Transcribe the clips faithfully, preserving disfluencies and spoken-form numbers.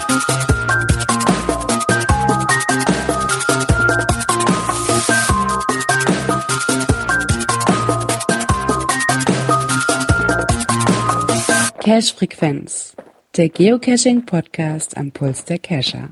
Cache-Frequenz, der Geocaching-Podcast am Puls der Cacher.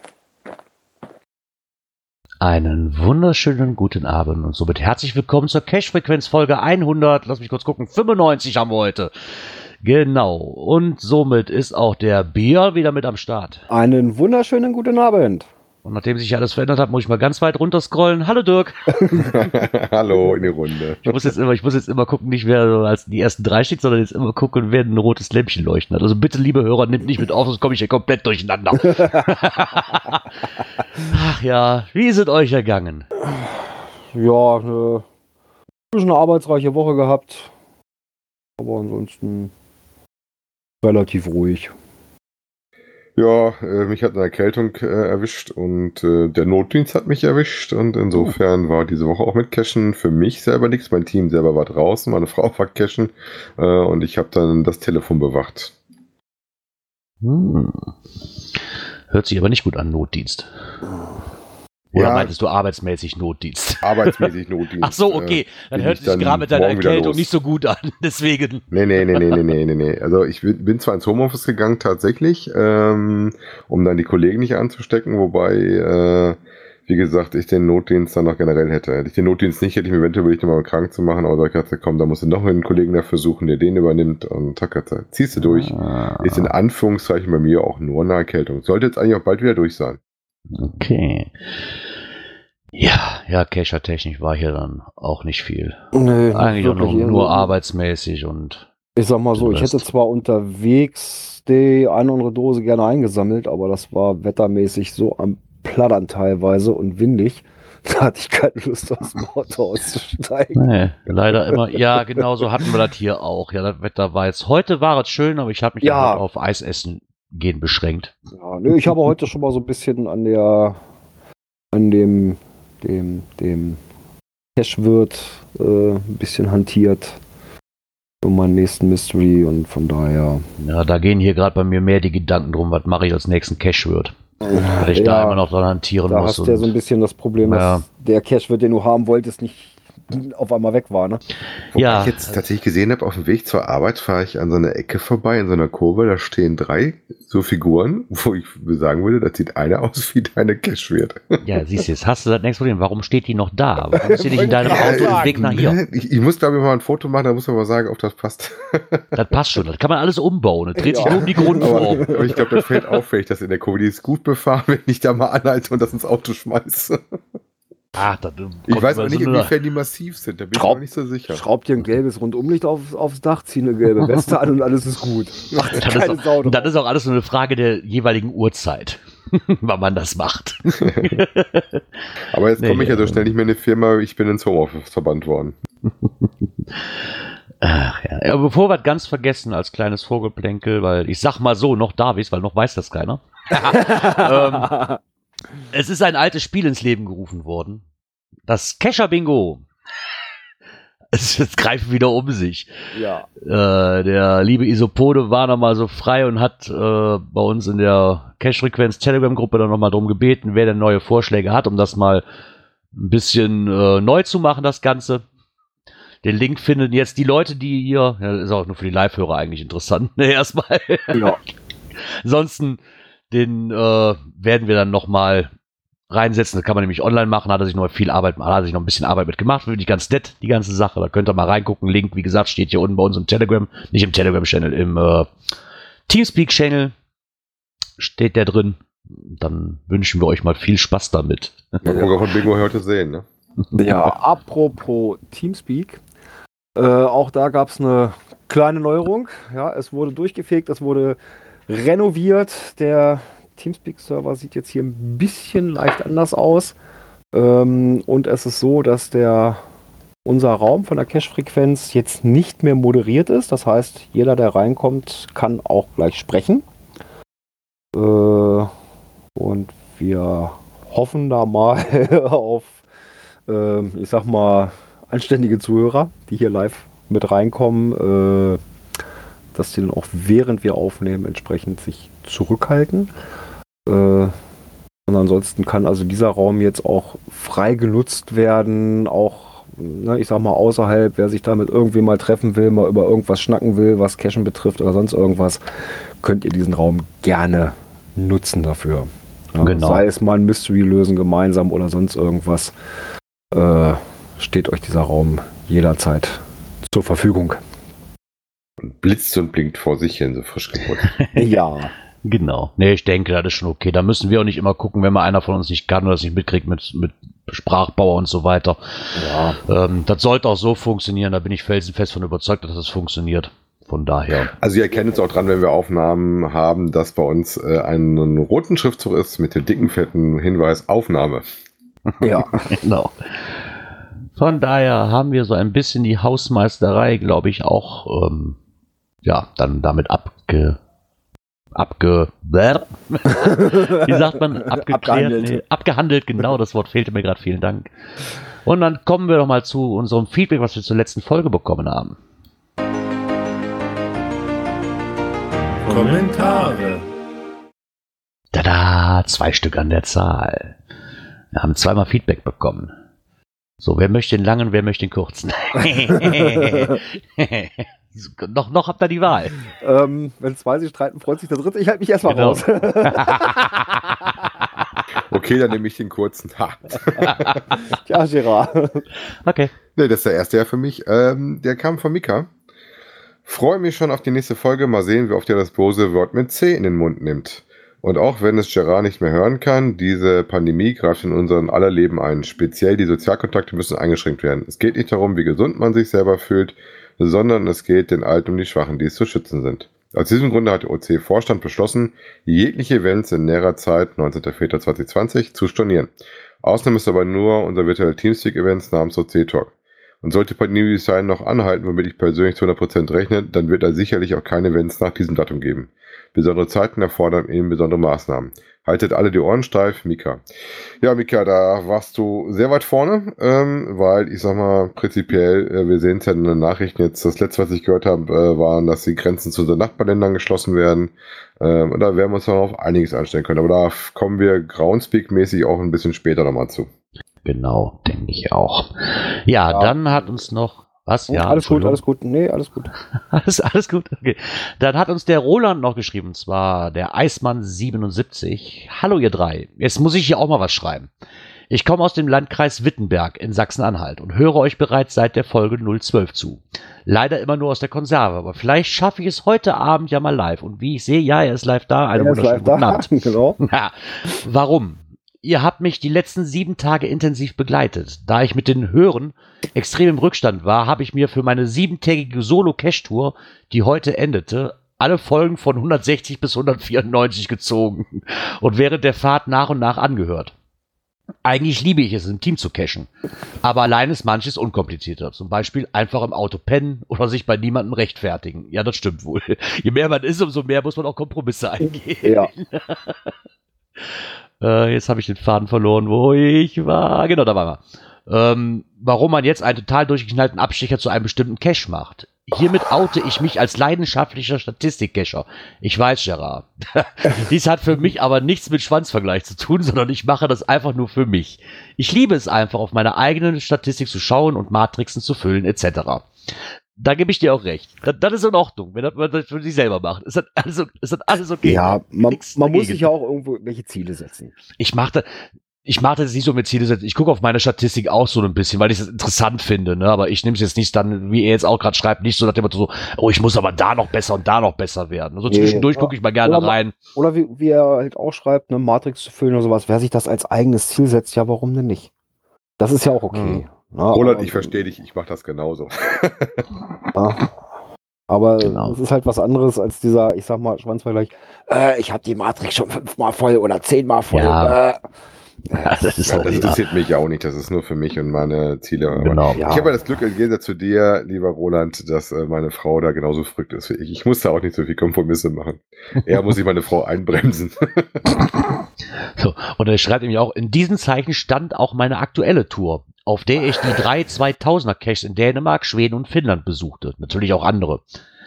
Einen wunderschönen guten Abend und somit herzlich willkommen zur Cache-Frequenz Folge hundert. Lass mich kurz gucken, fünfundneunzig haben wir heute. Genau, und somit ist auch der Björn wieder mit am Start. Einen wunderschönen guten Abend. Und nachdem sich alles verändert hat, muss ich mal ganz weit runter scrollen. Hallo Dirk. Hallo in die Runde. Ich muss jetzt immer, ich muss jetzt immer gucken, nicht wer so als die ersten drei steht, sondern jetzt immer gucken, wer ein rotes Lämpchen leuchten hat. Also bitte, liebe Hörer, nimmt nicht mit auf, sonst komme ich hier komplett durcheinander. Ach ja, wie ist es euch ergangen? Ja, eine bisschen eine arbeitsreiche Woche gehabt. Aber ansonsten relativ ruhig. Ja, äh, mich hat eine Erkältung äh, erwischt und äh, der Notdienst hat mich erwischt und insofern war diese Woche auch mit Cachen für mich selber nichts. Mein Team selber war draußen, meine Frau war Cachen äh, und ich habe dann das Telefon bewacht. Hm. Hört sich aber nicht gut an, Notdienst. Oder Ja, meintest du arbeitsmäßig Notdienst? arbeitsmäßig Notdienst. Ach so, okay. Dann bin hört ich sich dann gerade mit deiner morgen wieder Erkältung los. nicht so gut an. Deswegen. Nee, nee, nee, nee, nee, nee, nee, nee. Also ich bin, bin zwar ins Homeoffice gegangen tatsächlich, ähm, um dann die Kollegen nicht anzustecken, wobei, äh, wie gesagt, ich den Notdienst dann noch generell hätte. Hätte ich den Notdienst nicht, hätte ich mir eventuell überlegt, nochmal krank zu machen, aber ich dachte, komm, da musst du noch einen Kollegen dafür suchen, der den übernimmt und tackerte. Ziehst du durch. Ah, Ist in Anführungszeichen bei mir auch nur eine Erkältung. Sollte jetzt eigentlich auch bald wieder durch sein. okay. Ja, ja, Cacher-technisch war hier dann auch nicht viel. Nee, Eigentlich auch nur, wirklich. nur Also, arbeitsmäßig und Ich sag mal so, den ich hätte Rest. zwar unterwegs die eine oder andere Dose gerne eingesammelt, aber das war wettermäßig so am Plattern teilweise und windig. Da hatte ich keine Lust, aus dem Auto auszusteigen. Nee, leider immer. Ja, genau so hatten wir das hier auch. Ja, das Wetter war jetzt. Heute war es schön, aber ich habe mich Ja. einfach auf Eisessen gehen beschränkt. Ja, nö, ich habe heute schon mal so ein bisschen an der, an dem, dem, dem Cache-Wirt äh, ein bisschen hantiert für meinen nächsten Mystery und von daher. Ja, da gehen hier gerade bei mir mehr die Gedanken drum, was mache ich als nächsten Cache-Wirt. Weil ich da immer noch dran hantieren Da muss. hast du ja so ein bisschen das Problem, dass Ja. der Cache-Wirt, den du haben wolltest, nicht auf einmal weg war, ne? Wobei Ja. ich jetzt tatsächlich gesehen habe, auf dem Weg zur Arbeit fahre ich an so einer Ecke vorbei, in so einer Kurve, da stehen drei so Figuren, wo ich sagen würde, das sieht einer aus wie deine Cache-Wirt. Ja, siehst du, jetzt hast du das nächste Problem. Warum steht die noch da? Warum ist die nicht in deinem Ja, Auto ja. den Weg nach hier? Ich, ich muss, glaube ich, mal ein Foto machen, da muss man mal sagen, ob das passt. Das passt schon. Das kann man alles umbauen. Das dreht sich Ja. nur um die Aber, Grundform. aber ich glaube, das fällt auf, wenn ich das in der Kurve, die ist gut befahren, wenn ich da mal anhalte und das ins Auto schmeiße. Ach, das Ich weiß aber auch nicht, inwiefern die massiv sind, da bin ich Schraub- mir nicht so sicher. Schraub dir ein gelbes Rundumlicht auf, aufs Dach, zieh eine gelbe Weste an und alles ist gut. Macht Das keine ist, Sau auch, drauf. das ist auch alles nur eine Frage der jeweiligen Uhrzeit, wann man das macht. Aber jetzt Nee, komme ich ja so ähm, schnell nicht mehr in die Firma, ich bin ins Homeoffice verbannt worden. Ach ja. Aber bevor wir das ganz vergessen als kleines Vogelplänkel, weil ich sag mal so, noch darf ich's, weil noch weiß das keiner. ähm, es ist ein altes Spiel ins Leben gerufen worden. Das Cacher-Bingo. Es, es greift wieder um sich. Ja. Äh, der liebe Isopode war noch mal so frei und hat äh, bei uns in der Cache-Frequenz-Telegram-Gruppe dann noch mal drum gebeten, wer denn neue Vorschläge hat, um das mal ein bisschen äh, neu zu machen, das Ganze. Den Link finden jetzt die Leute, die hier, ja, ist auch nur für die Live-Hörer eigentlich interessant, ne, erstmal. Ja. Ansonsten, den äh, werden wir dann noch mal reinsetzen. Das kann man nämlich online machen. Hat er sich noch viel Arbeit, hat er sich noch ein bisschen Arbeit mit gemacht. Finde ich ganz nett, die ganze Sache. Da könnt ihr mal reingucken. Link, wie gesagt, steht hier unten bei uns im Telegram. Nicht im Telegram-Channel, im äh, Teamspeak-Channel steht der drin. Dann wünschen wir euch mal viel Spaß damit. Mal gucken, ob wir Bingo heute sehen, ne? Ja, apropos Teamspeak. Äh, auch da gab es eine kleine Neuerung. Ja, es wurde durchgefegt, es wurde renoviert. Der Teamspeak-Server sieht jetzt hier ein bisschen leicht anders aus. Ähm, und es ist so, dass der unser Raum von der Cache-Frequenz jetzt nicht mehr moderiert ist. Das heißt, jeder, der reinkommt, kann auch gleich sprechen. Äh, und wir hoffen da mal auf, äh, ich sag mal, anständige Zuhörer, die hier live mit reinkommen. Äh, dass die dann auch während wir aufnehmen entsprechend sich zurückhalten. Äh, und ansonsten kann also dieser Raum jetzt auch frei genutzt werden, auch, ne, ich sag mal, außerhalb, wer sich damit irgendwie mal treffen will, mal über irgendwas schnacken will, was Cachen betrifft oder sonst irgendwas, könnt ihr diesen Raum gerne nutzen dafür. Ja, Genau. Sei es mal ein Mystery lösen gemeinsam oder sonst irgendwas, äh, steht euch dieser Raum jederzeit zur Verfügung. Und blitzt und blinkt vor sich hin, so frisch geputzt. Ja. Genau. Nee, ich denke, das ist schon okay. Da müssen wir auch nicht immer gucken, wenn mal einer von uns nicht kann oder es nicht mitkriegt mit, mit Sprachbauer und so weiter. Ja. Ähm, das sollte auch so funktionieren. Da bin ich felsenfest von überzeugt, dass das funktioniert. Von daher. Also ihr erkennt es auch dran, wenn wir Aufnahmen haben, dass bei uns äh, ein roten Schriftzug ist mit dem dicken, fetten Hinweis Aufnahme. Ja. Genau. Von daher haben wir so ein bisschen die Hausmeisterei, glaube ich, auch ähm, ja, dann damit abge... abge... Wie sagt man? Abgeklärt? Abgehandelt. Nee, abgehandelt, genau, das Wort fehlte mir gerade, vielen Dank. Und dann kommen wir doch mal zu unserem Feedback, was wir zur letzten Folge bekommen haben. Kommentare. Tada, zwei Stück an der Zahl. Wir haben zweimal Feedback bekommen. So, wer möchte den langen, wer möchte den kurzen? noch, noch habt ihr die Wahl. Ähm, wenn zwei sich streiten, freut sich der Dritte. Ich halte mich erstmal Genau. raus. Okay, dann nehme ich den kurzen. Ha. Ja, Gerard. Okay. Nee, das ist der erste ja für mich. Ähm, der kam von Mika. Freue mich schon auf die nächste Folge. Mal sehen, wie oft ihr das böse Wort mit C in den Mund nimmt. Und auch wenn es Gerard nicht mehr hören kann, diese Pandemie greift in unseren aller Leben ein. Speziell die Sozialkontakte müssen eingeschränkt werden. Es geht nicht darum, wie gesund man sich selber fühlt, sondern es geht den Alten um die Schwachen, die es zu schützen sind. Aus diesem Grunde hat der O C-Vorstand beschlossen, jegliche Events in näherer Zeit, neunzehnter Februar zweitausendzwanzig, zu stornieren. Ausnahme ist aber nur unser virtuelle Teamspeak-Events namens O C-Talk. Und sollte Pandemie sein noch anhalten, womit ich persönlich zu hundert Prozent rechne, dann wird es sicherlich auch keine Events nach diesem Datum geben. Besondere Zeiten erfordern eben besondere Maßnahmen. Haltet alle die Ohren steif, Mika. Ja, Mika, da warst du sehr weit vorne, ähm, weil ich sag mal, prinzipiell, äh, wir sehen es ja in den Nachrichten jetzt, das letzte, was ich gehört habe, äh, waren, dass die Grenzen zu unseren Nachbarländern geschlossen werden. Ähm, und da werden wir uns noch auf einiges einstellen können. Aber da kommen wir Groundspeak-mäßig auch ein bisschen später nochmal zu. Genau, denke ich auch. Ja, Ja. dann hat uns noch... Was? Ja, alles gut, Entschuldigung. alles gut. Nee, alles gut. Alles, alles gut, okay. Dann hat uns der Roland noch geschrieben, und zwar der Eismann siebenundsiebzig. Hallo ihr drei, jetzt muss ich hier auch mal was schreiben. Ich komme aus dem Landkreis Wittenberg in Sachsen-Anhalt und höre euch bereits seit der Folge null zwölf zu. Leider immer nur aus der Konserve, aber vielleicht schaffe ich es heute Abend ja mal live. Und wie ich sehe, ja, er ist live da. Einen Er ist wunderschönen live guten da. Abend. Genau. Ja, warum? Ihr habt mich die letzten sieben Tage intensiv begleitet. Da ich mit den Hören extrem im Rückstand war, habe ich mir für meine siebentägige Solo-Cash-Tour, die heute endete, alle Folgen von hundertsechzig bis hundertvierundneunzig gezogen und während der Fahrt nach und nach angehört. Eigentlich liebe ich es, im Team zu cashen, aber allein ist manches unkomplizierter. Zum Beispiel einfach im Auto pennen oder sich bei niemandem rechtfertigen. Ja, das stimmt wohl. Je mehr man ist, umso mehr muss man auch Kompromisse eingehen. Ja. Äh, jetzt habe ich den Faden verloren, wo ich war. Genau, da war er. Ähm, warum man jetzt einen total durchgeknallten Abstecher zu einem bestimmten Cache macht. Hiermit oute ich mich als leidenschaftlicher Statistik-Cacher. Ich weiß, Gerard. Dies hat für mich aber nichts mit Schwanzvergleich zu tun, sondern ich mache das einfach nur für mich. Ich liebe es einfach, auf meine eigene Statistik zu schauen und Matrixen zu füllen, et cetera. Da gebe ich dir auch recht. Das, das ist in Ordnung, wenn man das für sich selber macht. Ist das alles, ist das alles okay? Ja, man, Nichts man muss dagegen. sich ja auch irgendwo welche Ziele setzen. Ich mache ich mache das nicht so mit Ziele setzen. Ich gucke auf meine Statistik auch so ein bisschen, weil ich es interessant finde. Ne? Aber ich nehme es jetzt nicht dann, wie er jetzt auch gerade schreibt, nicht so nach dem Motto so, oh, ich muss aber da noch besser und da noch besser werden. Also Nee, zwischendurch ja. gucke ich mal gerne Oder ma- rein. Oder wie, wie er halt auch schreibt, eine Matrix zu füllen oder sowas. Wer sich das als eigenes Ziel setzt, ja, warum denn nicht? Das ist ja auch okay. Hm. Ja, Roland, aber- ich verstehe dich, ich mache das genauso. Ja. Aber Genau. es ist halt was anderes als dieser, ich sag mal, Schwanzvergleich. Äh, ich habe die Matrix schon fünfmal voll oder zehnmal voll. Ja. Äh, Ja, das ist Ja, auch das ja, interessiert mich auch nicht, das ist nur für mich und meine Ziele. Aber genau. Ja. Ich habe ja das Glück, im Gegensatz zu dir, lieber Roland, dass äh, meine Frau da genauso verrückt ist wie ich. Ich muss da auch nicht so viel Kompromisse machen. Eher muss ich meine Frau einbremsen. So, und er schreibt nämlich auch, in diesen Zeichen stand auch meine aktuelle Tour, auf der ich die drei zweitausender Caches in Dänemark, Schweden und Finnland besuchte. Natürlich auch andere.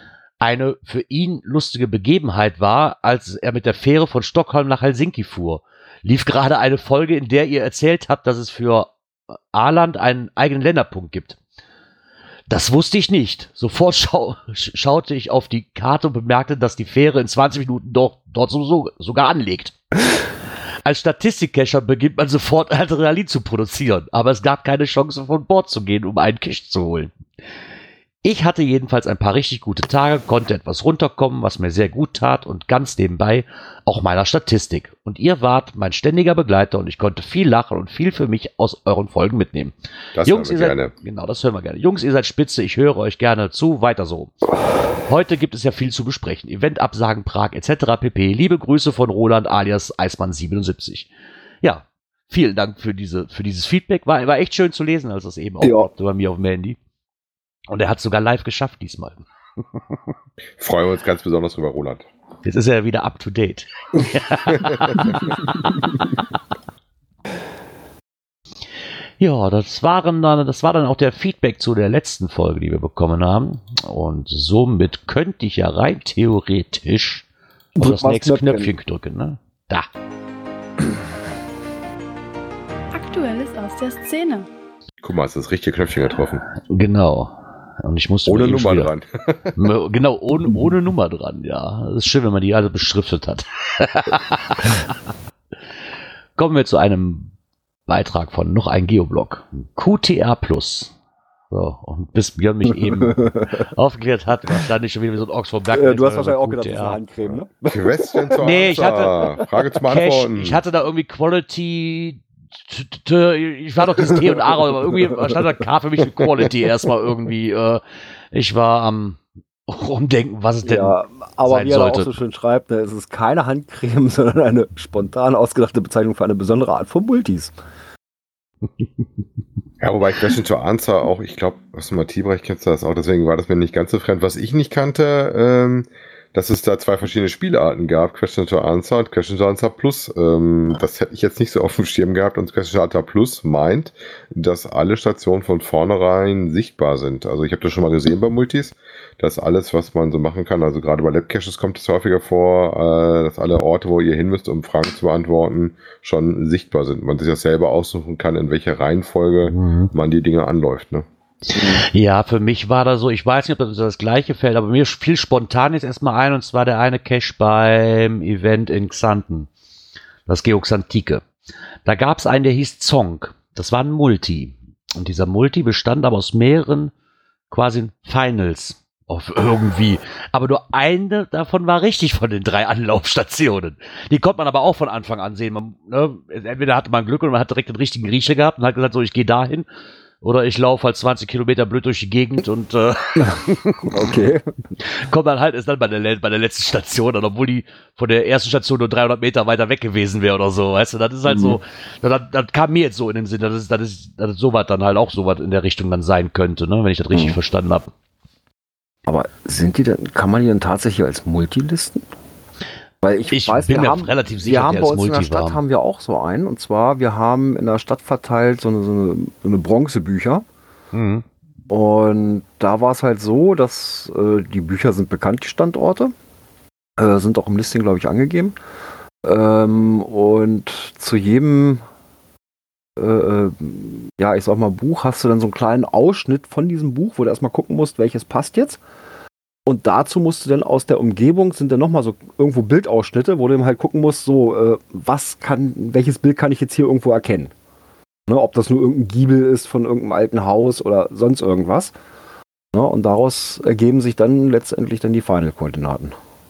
eine für ihn lustige Begebenheit war, als er mit der Fähre von Stockholm nach Helsinki fuhr. Lief gerade eine Folge, in der ihr erzählt habt, dass es für Åland einen eigenen Länderpunkt gibt. Das wusste ich nicht. Sofort schau schaute ich auf die Karte und bemerkte, dass die Fähre in zwanzig Minuten dort, dort so, sogar anlegt. Als Statistikcacher beginnt man sofort Adrenalin zu produzieren, aber es gab keine Chance, von Bord zu gehen, um einen Cache zu holen. Ich hatte jedenfalls ein paar richtig gute Tage, konnte etwas runterkommen, was mir sehr gut tat und ganz nebenbei auch meiner Statistik. Und ihr wart mein ständiger Begleiter und ich konnte viel lachen und viel für mich aus euren Folgen mitnehmen. Das Jungs, hören wir ihr gerne. Seid, genau, das hören wir gerne. Jungs, ihr seid spitze, ich höre euch gerne zu, weiter so. Heute gibt es ja viel zu besprechen. Eventabsagen, Prag et cetera pp. Liebe Grüße von Roland alias Eismann siebenundsiebzig. Ja, vielen Dank für, diese, für dieses Feedback. War, war echt schön zu lesen, als das eben auch Ja. bei mir auf dem Handy. Und er hat es sogar live geschafft diesmal. Freuen wir uns ganz besonders drüber, Roland. Jetzt ist er wieder up to date. Ja, das waren dann, das war dann auch der Feedback zu der letzten Folge, die wir bekommen haben. Und somit könnte ich ja rein theoretisch auf Drück das mal das nächste Knöpfchen. Knöpfchen drücken. Ne? Da. Aktuelles aus der Szene. Guck mal, hast du das richtige Knöpfchen getroffen. Genau. Und ich musste Ohne mir eben Nummer wieder- dran. Genau, ohne, ohne Nummer dran, ja. Das ist schön, wenn man die alle beschriftet hat. Kommen wir zu einem Beitrag von noch ein Geoblog. Q T R Plus. So, und bis Björn mich eben aufgeklärt hat, wahrscheinlich schon wieder wie so ein Ochs vom Berg. Äh, du hast wahrscheinlich auch gedacht, das ist eine Q T R. Handcreme, ne? Question zur Nee, ich Answer. Frage zum Cash, Antworten. ich hatte da irgendwie Quality. t- t- t- Ich war doch das T und A raus, aber irgendwie stand da K für mich mit Quality erstmal irgendwie. Äh, ich war am Rumdenken, was es denn. Ja, aber sein wie er da auch sollte. so schön schreibt, ne, es ist keine Handcreme, sondern eine spontan ausgedachte Bezeichnung für eine besondere Art von Multis. Ja, wobei Question to Answer auch, ich glaube, aus dem I T-Bereich kennst du das auch, deswegen war das mir nicht ganz so fremd. Was ich nicht kannte, ähm, dass es da zwei verschiedene Spielarten gab, Question to Answer und Question to Answer Plus. Ähm, das hätte ich jetzt nicht so auf dem Schirm gehabt und Question to Answer Plus meint, dass alle Stationen von vornherein sichtbar sind. Also ich habe das schon mal gesehen bei Multis, dass alles, was man so machen kann, also gerade bei Lab-Caches kommt es häufiger vor, äh, dass alle Orte, wo ihr hin müsst, um Fragen zu beantworten, schon sichtbar sind. Man sich das selber aussuchen kann, in welcher Reihenfolge Mhm. man die Dinge anläuft. Ne? Ja, für mich war da so, ich weiß nicht, ob das das gleiche fällt, aber mir fiel spontan jetzt erstmal ein, und zwar der eine Cache beim Event in Xanten, das Geoxantike. Da gab es einen, der hieß Zong. Das war ein Multi. Und dieser Multi bestand aber aus mehreren quasi Finals. Auf irgendwie. Aber nur eine davon war richtig von den drei Anlaufstationen. Die konnte man aber auch von Anfang an sehen. Man, ne, entweder hatte man Glück und man hat direkt den richtigen Riecher gehabt und hat gesagt, so, ich gehe dahin. Oder ich laufe halt zwanzig Kilometer blöd durch die Gegend und äh, Okay. komme dann halt erst dann bei der, bei der letzten Station, und obwohl die von der ersten Station nur dreihundert Meter weiter weg gewesen wäre oder so, weißt du, das ist halt so, das, das kam mir jetzt so in den Sinn, dass es, das ist, dass es sowas dann halt auch sowas in der Richtung dann sein könnte, ne, wenn ich das richtig Mhm. verstanden habe. Aber sind die denn, kann man die denn tatsächlich als Multi listen? Weil ich, Ich weiß, bin wir mir haben, relativ sicher, wir haben der bei als uns in der Multi Stadt war. haben wir auch so einen. Und zwar, wir haben in der Stadt verteilt so eine, so eine, so eine Bronzebücher. Mhm. Und da war es halt so, dass äh, die Bücher sind bekannt, die Standorte. Äh, sind auch im Listing, glaube ich, angegeben. Ähm, und zu jedem, äh, ja, ich sag mal, Buch hast du dann so einen kleinen Ausschnitt von diesem Buch, wo du erstmal gucken musst, welches passt jetzt. Und dazu musst du dann aus der Umgebung, sind dann nochmal so irgendwo Bildausschnitte, wo du dann halt gucken musst, so, äh, was kann, welches Bild kann ich jetzt hier irgendwo erkennen? Ne, ob das nur irgendein Giebel ist von irgendeinem alten Haus oder sonst irgendwas. Ne, und daraus ergeben sich dann letztendlich dann die Final-Koordinaten.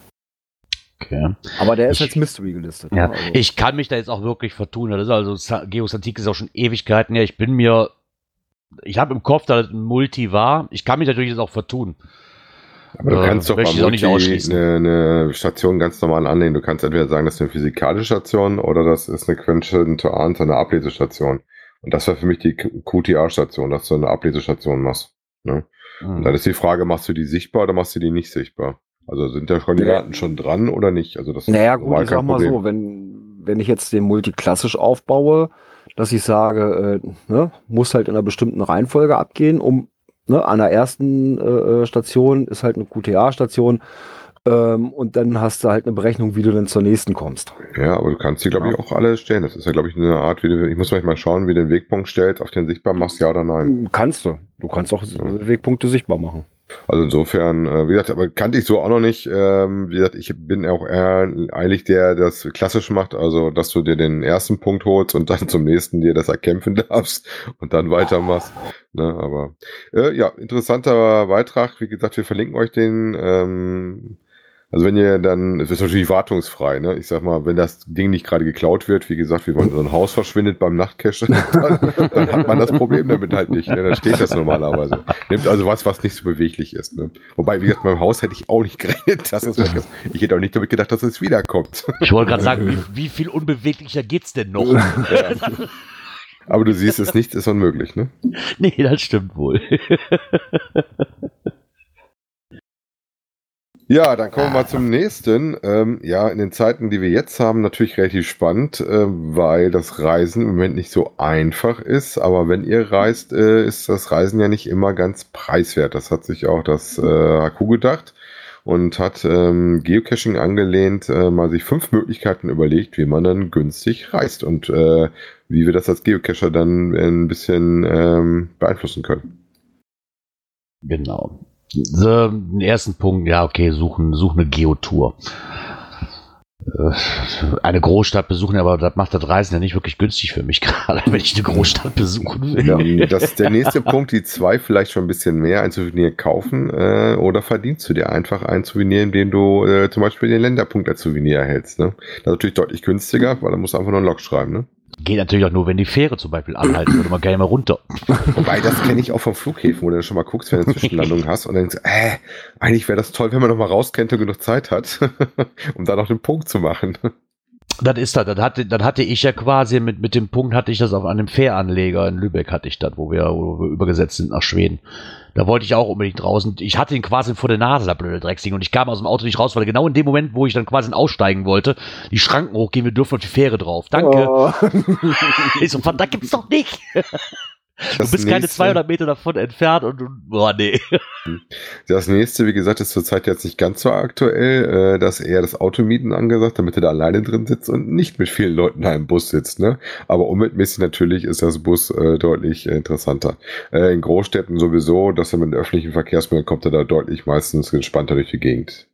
Okay. Aber der ist Ich- als Mystery gelistet. Ja, ne, also. ich kann mich da jetzt auch wirklich vertun. Das ist also Sa- Geosantik ist auch schon Ewigkeiten her. Ich bin mir, ich habe im Kopf, dass es ein Multi war. Ich kann mich natürlich jetzt auch vertun. Aber du Äh, kannst doch bei möchte ich auch nicht Multi ausschließen. eine, eine Station ganz normal anlegen. Du kannst entweder sagen, das ist eine physikalische Station oder das ist eine Question to Answer, eine Ablesestation. Und das war für mich die Q T A-Station, dass du eine Ablesestation machst. Ne? Und dann ist die Frage, machst du die sichtbar oder machst du die nicht sichtbar? Also sind der Kandidaten Nee. schon dran oder nicht? Also das Naja, ist gut, normal ich sag kein mal Problem. so, wenn, wenn ich jetzt den Multi klassisch aufbaue, dass ich sage, äh, ne, muss halt in einer bestimmten Reihenfolge abgehen, um Ne, an der ersten äh, Station ist halt eine Q T A-Station ähm, und dann hast du halt eine Berechnung, wie du dann zur nächsten kommst. Ja, aber du kannst die, glaube ich, auch alle stellen. Das ist ja, glaube ich, eine Art, wie du, ich muss mal schauen, wie du den Wegpunkt stellst, auf den sichtbar machst, ja oder nein. Kannst du. Du kannst auch ja. Wegpunkte sichtbar machen. Also insofern, äh, wie gesagt, aber kannte ich so auch noch nicht. Ähm, wie gesagt, ich bin auch eher eigentlich der, der das klassisch macht, also dass du dir den ersten Punkt holst und dann zum nächsten dir das erkämpfen darfst und dann weitermachst. Ne, aber äh, ja, interessanter Beitrag. Wie gesagt, wir verlinken euch den. Ähm, Also wenn ihr dann, es ist natürlich wartungsfrei, ne? Ich sag mal, wenn das Ding nicht gerade geklaut wird, wie gesagt, wie wenn so ein Haus verschwindet beim Nachtcache, dann, dann hat man das Problem damit halt nicht. Ne? Dann steht das normalerweise. Nimmt also was, was nicht so beweglich ist. Ne? Wobei, wie gesagt, beim Haus hätte ich auch nicht gerechnet, dass es weg ist. Ich hätte auch nicht damit gedacht, dass es wiederkommt. Ich wollte gerade sagen, wie, wie viel unbeweglicher geht's denn noch? Ja. Aber du siehst, es nichts ist unmöglich, ne? Nee, das stimmt wohl. Ja, dann kommen wir mal zum nächsten. Ähm, ja, in den Zeiten, die wir jetzt haben, natürlich relativ spannend, äh, weil das Reisen im Moment nicht so einfach ist. Aber wenn ihr reist, äh, ist das Reisen ja nicht immer ganz preiswert. Das hat sich auch das äh, H Q gedacht und hat ähm, Geocaching angelehnt, äh, mal sich fünf Möglichkeiten überlegt, wie man dann günstig reist und äh, wie wir das als Geocacher dann ein bisschen ähm, beeinflussen können. Genau. So, den ersten Punkt, ja, okay, suchen, suchen eine Geotour. Äh, eine Großstadt besuchen, aber das macht das Reisen ja nicht wirklich günstig für mich, gerade wenn ich eine Großstadt besuchen will. Ja, das ist der nächste Punkt, die zwei vielleicht schon ein bisschen mehr, ein Souvenir kaufen äh, oder verdienst du dir einfach ein Souvenir, indem du äh, zum Beispiel den Länderpunkt als Souvenir erhältst. Ne? Das ist natürlich deutlich günstiger, weil da musst du einfach nur einen Log schreiben. Ne? Geht natürlich auch nur, wenn die Fähre zum Beispiel anhalten würde, man gerne mal runter. Wobei, das kenne ich auch vom Flughäfen, wo du dann schon mal guckst, wenn du eine Zwischenlandung hast und dann denkst, äh, eigentlich wäre das toll, wenn man noch mal rauskennt und genug Zeit hat, um da noch den Punkt zu machen. Das ist das, das hatte, das hatte ich ja quasi, mit, mit dem Punkt hatte ich das auf einem Fähranleger in Lübeck hatte ich das, wo wir, wo wir übergesetzt sind nach Schweden. Da wollte ich auch unbedingt draußen, ich hatte ihn quasi vor der Nase, der blöde Drecksding, und ich kam aus dem Auto nicht raus, weil genau in dem Moment, wo ich dann quasi aussteigen wollte, die Schranken hochgehen, wir dürfen auf die Fähre drauf. Danke. Oh. Ich so, da gibt's doch nicht. Das du bist nächste, keine zweihundert Meter davon entfernt und, und boah, nee. Das nächste, wie gesagt, ist zurzeit jetzt nicht ganz so aktuell. Äh, da ist eher das Automieten angesagt, damit du da alleine drin sitzt und nicht mit vielen Leuten in einem Bus sitzt. Ne? Aber umweltmäßig natürlich ist das Bus äh, deutlich äh, interessanter. Äh, in Großstädten sowieso, dass er mit den öffentlichen Verkehrsmitteln kommt, er da deutlich meistens entspannter durch die Gegend.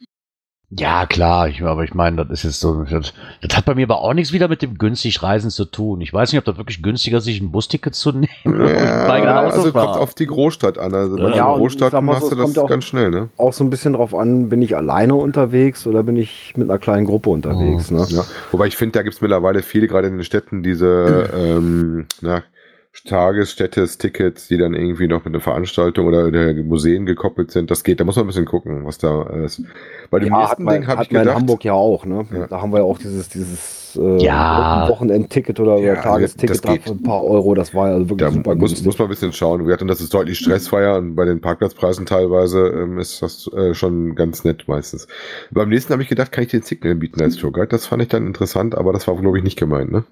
Ja, klar, ich, aber ich meine, das ist jetzt so, das, das hat bei mir aber auch nichts wieder mit dem günstig Reisen zu tun. Ich weiß nicht, ob das wirklich günstiger ist, sich ein Busticket zu nehmen. Ja, also kommt auf die Großstadt an. Also bei ja, Großstädten machst so, du das ganz schnell, ne? Auch so ein bisschen drauf an, bin ich alleine unterwegs oder bin ich mit einer kleinen Gruppe unterwegs, oh. ne? Ja. Wobei ich finde, da gibt es mittlerweile viele, gerade in den Städten, diese, ähm, na, Tagesstättes-Tickets, die dann irgendwie noch mit einer Veranstaltung oder der Museen gekoppelt sind. Das geht, da muss man ein bisschen gucken, was da ist. Bei dem ja, nächsten man, Ding habe ich gedacht, in Hamburg ja auch, ne? Ja. Da haben wir ja auch dieses, dieses äh, ja. Wochenendticket oder, ja, oder Tagesticket also für ein paar Euro. Das war ja also wirklich da super muss, günstig. muss man ein bisschen schauen. Und das ist deutlich stressfreier und bei den Parkplatzpreisen teilweise ähm, ist das äh, schon ganz nett meistens. Beim nächsten habe ich gedacht, kann ich den Signal bieten als Tourguide. Das fand ich dann interessant, aber das war, glaube ich, nicht gemeint, ne?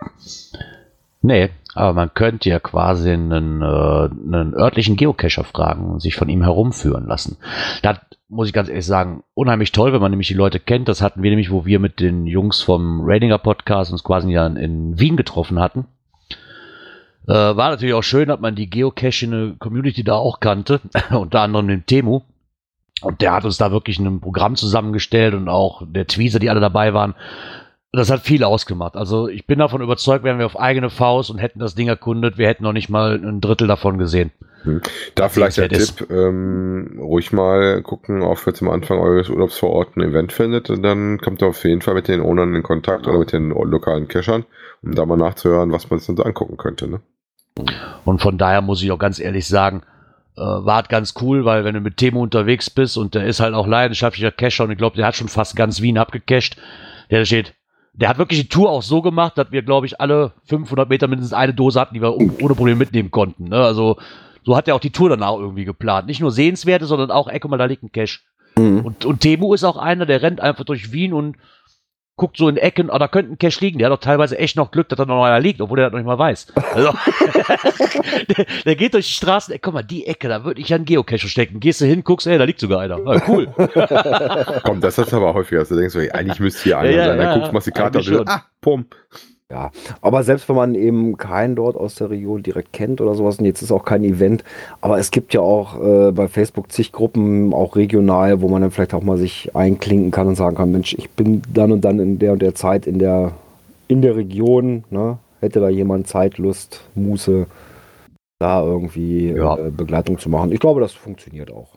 Nee, aber man könnte ja quasi einen, äh, einen örtlichen Geocacher fragen und sich von ihm herumführen lassen. Das muss ich ganz ehrlich sagen, unheimlich toll, wenn man nämlich die Leute kennt. Das hatten wir nämlich, wo wir mit den Jungs vom Radinger Podcast uns quasi ja in Wien getroffen hatten. Äh, war natürlich auch schön, dass man die Geocaching-Community da auch kannte, unter anderem den Temu. Und der hat uns da wirklich ein Programm zusammengestellt und auch der Tweezer, die alle dabei waren. Das hat viel ausgemacht. Also ich bin davon überzeugt, wären wir auf eigene Faust und hätten das Ding erkundet, wir hätten noch nicht mal ein Drittel davon gesehen. Hm. Da vielleicht der Tipp, ähm, ruhig mal gucken, ob ihr zum Anfang eures Urlaubs vor Ort ein Event findet und dann kommt ihr auf jeden Fall mit den Ownern in Kontakt oder mit den lokalen Cachern, um da mal nachzuhören, was man sich so angucken könnte. Ne? Und von daher muss ich auch ganz ehrlich sagen, äh, war halt ganz cool, weil wenn du mit Temo unterwegs bist und der ist halt auch leidenschaftlicher Cacher und ich glaube, der hat schon fast ganz Wien abgecached, der steht. Der hat wirklich die Tour auch so gemacht, dass wir, glaube ich, alle fünfhundert Meter mindestens eine Dose hatten, die wir ohne Probleme mitnehmen konnten. Ne? Also so hat er auch die Tour danach irgendwie geplant. Nicht nur Sehenswerte, sondern auch, ey, guck mal, da liegt ein Cache. Mhm. Und, und Temu ist auch einer, der rennt einfach durch Wien und guckt so in Ecken, oh, da könnte ein Cache liegen. Der hat doch teilweise echt noch Glück, dass da noch einer liegt, obwohl der das noch nicht mal weiß. Also, der, der geht durch die Straßen, ey, guck mal, die Ecke, da würde ich ja einen Geocache stecken. Gehst du hin, guckst, ey, da liegt sogar einer. Ja, cool. Komm, das hast du aber häufiger. Du denkst, ey, eigentlich müsste hier einer Ja, ja, sein. Dann ja, guckst du, machst die Karte eigentlich und ah, pum. Ja, aber selbst wenn man eben keinen dort aus der Region direkt kennt oder sowas, und jetzt ist auch kein Event, aber es gibt ja auch äh, bei Facebook zig Gruppen, auch regional, wo man dann vielleicht auch mal sich einklinken kann und sagen kann, Mensch, ich bin dann und dann in der und der Zeit in der, in der Region, ne? Hätte da jemand Zeit, Lust, Muße, da irgendwie Ja. äh, Begleitung zu machen. Ich glaube, das funktioniert auch.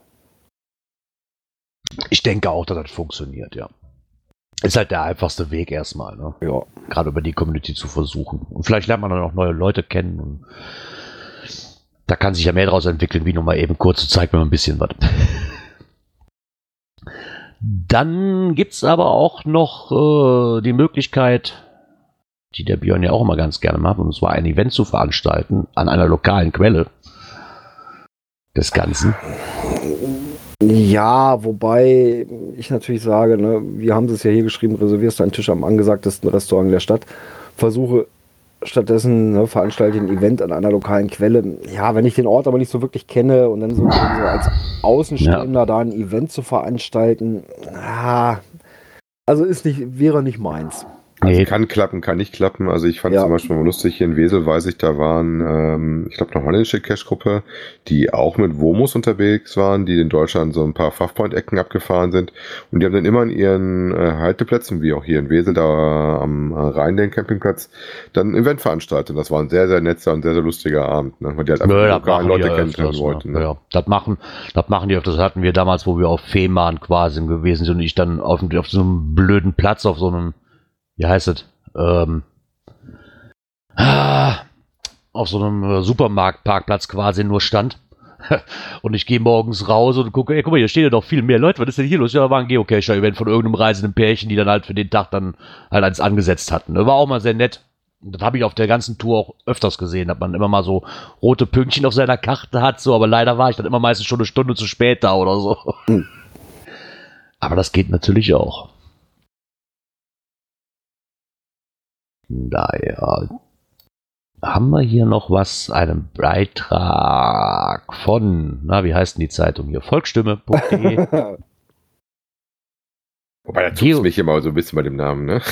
Ich denke auch, dass das funktioniert, ja. Ist halt der einfachste Weg erstmal, ne? Ja. Gerade über die Community zu versuchen. Und vielleicht lernt man dann auch neue Leute kennen. Und da kann sich ja mehr daraus entwickeln, wie nur mal eben kurz, zeigt mir mal ein bisschen was. Dann gibt es aber auch noch äh, die Möglichkeit, die der Björn ja auch immer ganz gerne macht, und zwar ein Event zu veranstalten an einer lokalen Quelle des Ganzen. Ja, wobei ich natürlich sage, ne, wir haben es ja hier geschrieben, reservierst du einen Tisch am angesagtesten Restaurant der Stadt. Versuche stattdessen, ne, veranstalte ein Event an einer lokalen Quelle. Ja, wenn ich den Ort aber nicht so wirklich kenne und dann so, so als Außenstehender Ja. da ein Event zu veranstalten, ah, also ist nicht, wäre nicht meins. Also Nee. kann klappen, kann nicht klappen. Also ich fand Ja. zum Beispiel mal lustig, hier in Wesel weiß ich, da waren, ähm, ich glaube, eine holländische Cache-Gruppe, die auch mit Womos unterwegs waren, die in Deutschland so ein paar Fachpoint-Ecken abgefahren sind. Und die haben dann immer an ihren äh, Halteplätzen, wie auch hier in Wesel, da am äh, Rhein, den Campingplatz, dann ein Event veranstaltet. Das war ein sehr, sehr netter und sehr, sehr lustiger Abend, ne? Weil die halt einfach Nö, die das lokalen machen die Leute ja kennenlernen öfters, wollten. ne? Ne? Ja, das machen, das machen die öfters. Das hatten wir damals, wo wir auf Fehmarn quasi gewesen sind und ich dann auf, auf so einem blöden Platz, auf so einem, wie heißt es, ähm, ah, auf so einem äh, Supermarktparkplatz quasi nur stand. Und ich gehe morgens raus und gucke, ey, guck mal, hier stehen ja noch viel mehr Leute. Was ist denn hier los? Ja, da war ein Geocacher-Event von irgendeinem reisenden Pärchen, die dann halt für den Tag dann halt eins angesetzt hatten. Das war auch mal sehr nett. Und das habe ich auf der ganzen Tour auch öfters gesehen, dass man immer mal so rote Pünktchen auf seiner Karte hat, so, aber leider war ich dann immer meistens schon eine Stunde zu spät da oder so. Hm. Aber das geht natürlich auch. Daher haben wir hier noch was, einen Beitrag von, na, wie heißt denn die Zeitung hier? Volksstimme punkt de. Wobei, da Geo- tut's mich immer so ein bisschen bei dem Namen, ne?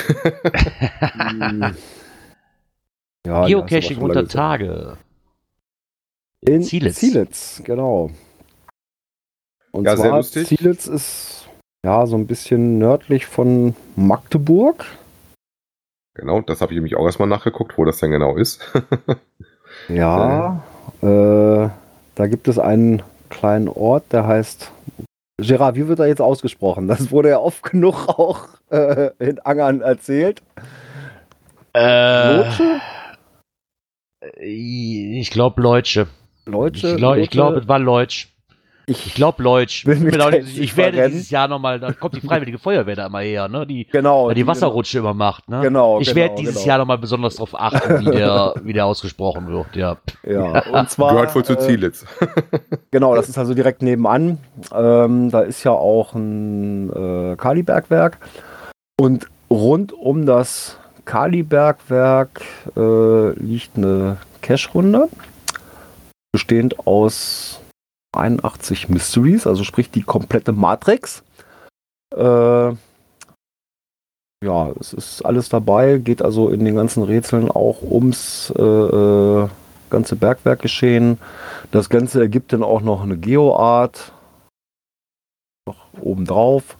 Ja, die hast du aber Geocaching schon unter lange Tage. In Zielitz. Zielitz, genau. Und Ja, sehr zwar, lustig. Zielitz ist ja so ein bisschen nördlich von Magdeburg. Genau, das habe ich nämlich auch erstmal nachgeguckt, wo das denn genau ist. Ja, äh, da gibt es einen kleinen Ort, der heißt, Gerard, wie wird er jetzt ausgesprochen? Das wurde ja oft genug auch äh, in Angern erzählt. Äh, Lotsche? ich glaube Leutsche. Leutsche? Ich glaube, Lotsche? glaub, es war Leutsch. Ich, Ich glaube Leutsch. Will mich Genau, da ich jetzt nicht werde verrennen. dieses Jahr nochmal, da kommt die Freiwillige Feuerwehr da immer her, ne? Die, genau. die, die Wasserrutsche immer macht, ne? Genau, Ich genau, werde dieses genau. Jahr nochmal besonders darauf achten, wie der, wie der ausgesprochen wird, ja. Ja, und zwar. Gehört wohl zu äh, Zielitz. Genau, das ist also direkt nebenan. Ähm, da ist ja auch ein äh, Kalibergwerk. Und rund um das Kalibergwerk äh, liegt eine Cache-Runde, bestehend aus einundachtzig Mysteries, also sprich die komplette Matrix. Äh, ja, es ist alles dabei, geht also in den ganzen Rätseln auch ums äh, äh, ganze Bergwerkgeschehen. Das Ganze ergibt dann auch noch eine Geoart noch obendrauf.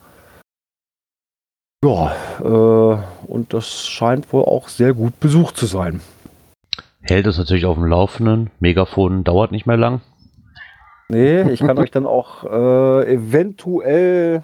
Ja, äh, und das scheint wohl auch sehr gut besucht zu sein. Hält es natürlich auf dem Laufenden. Megafon dauert nicht mehr lang. Nee, ich kann euch dann auch äh, eventuell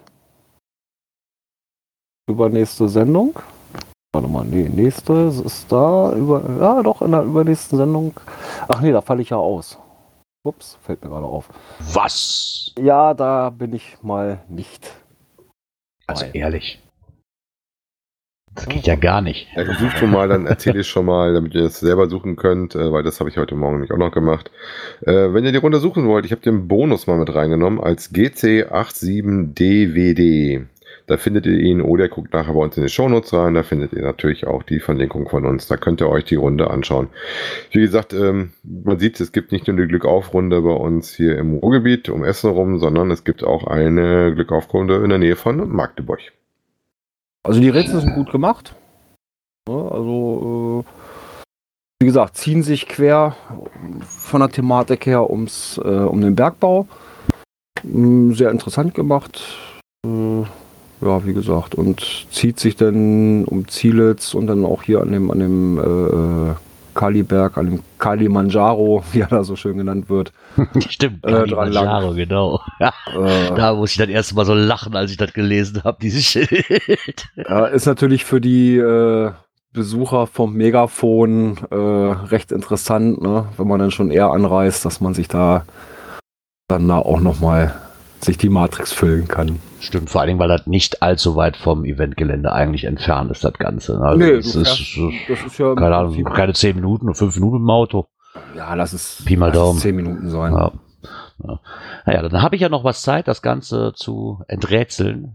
übernächste Sendung. Warte mal, nee, nächste ist da. Über, ja, doch, in der übernächsten Sendung. Ach nee, da falle ich ja aus. Ups, fällt mir gerade auf. Was? Ja, da bin ich mal nicht. Also Nein. ehrlich. Das geht ja gar nicht. Ja, suchst du mal, dann erzähle ich schon mal, damit ihr das selber suchen könnt, äh, weil das habe ich heute Morgen nämlich auch noch gemacht. Äh, wenn ihr die Runde suchen wollt, ich habe den Bonus mal mit reingenommen als G C siebenundachtzig D W D. Da findet ihr ihn oder ihr guckt nachher bei uns in die Shownotes rein. Da findet ihr natürlich auch die Verlinkung von uns. Da könnt ihr euch die Runde anschauen. Wie gesagt, ähm, man sieht, es gibt nicht nur die Glückauf-Runde bei uns hier im Ruhrgebiet um Essen rum, sondern es gibt auch eine Glückauf-Runde in der Nähe von Magdeburg. Also die Rätsel sind gut gemacht. Ja, also, äh, wie gesagt, ziehen sich quer von der Thematik her ums, äh, um den Bergbau. Mm, Sehr interessant gemacht. Äh, ja, wie gesagt, und zieht sich dann um Zielitz und dann auch hier an dem, an dem äh, Kaliberg, an dem Kalimanjaro, wie er da so schön genannt wird. Stimmt, Äh, dran Kilimanjaro, genau. Ja, Äh, da muss ich dann erst mal so lachen, als ich das gelesen habe, dieses Schild. Ja, ist natürlich für die äh, Besucher vom Megafon äh, recht interessant, ne? Wenn man dann schon eher anreist, dass man sich da dann da auch nochmal sich die Matrix füllen kann. Stimmt, vor allen Dingen, weil das nicht allzu weit vom Eventgelände eigentlich entfernt ist, das Ganze. Also Nee, es du ist, fährst- Das ist ja im keine Ahnung, Prinzip- keine zehn Minuten oder fünf Minuten im Auto. Ja, lass es, Pi mal lass es Daumen. zehn Minuten sein. Ja. Ja. Naja, dann habe ich ja noch was Zeit, das Ganze zu enträtseln.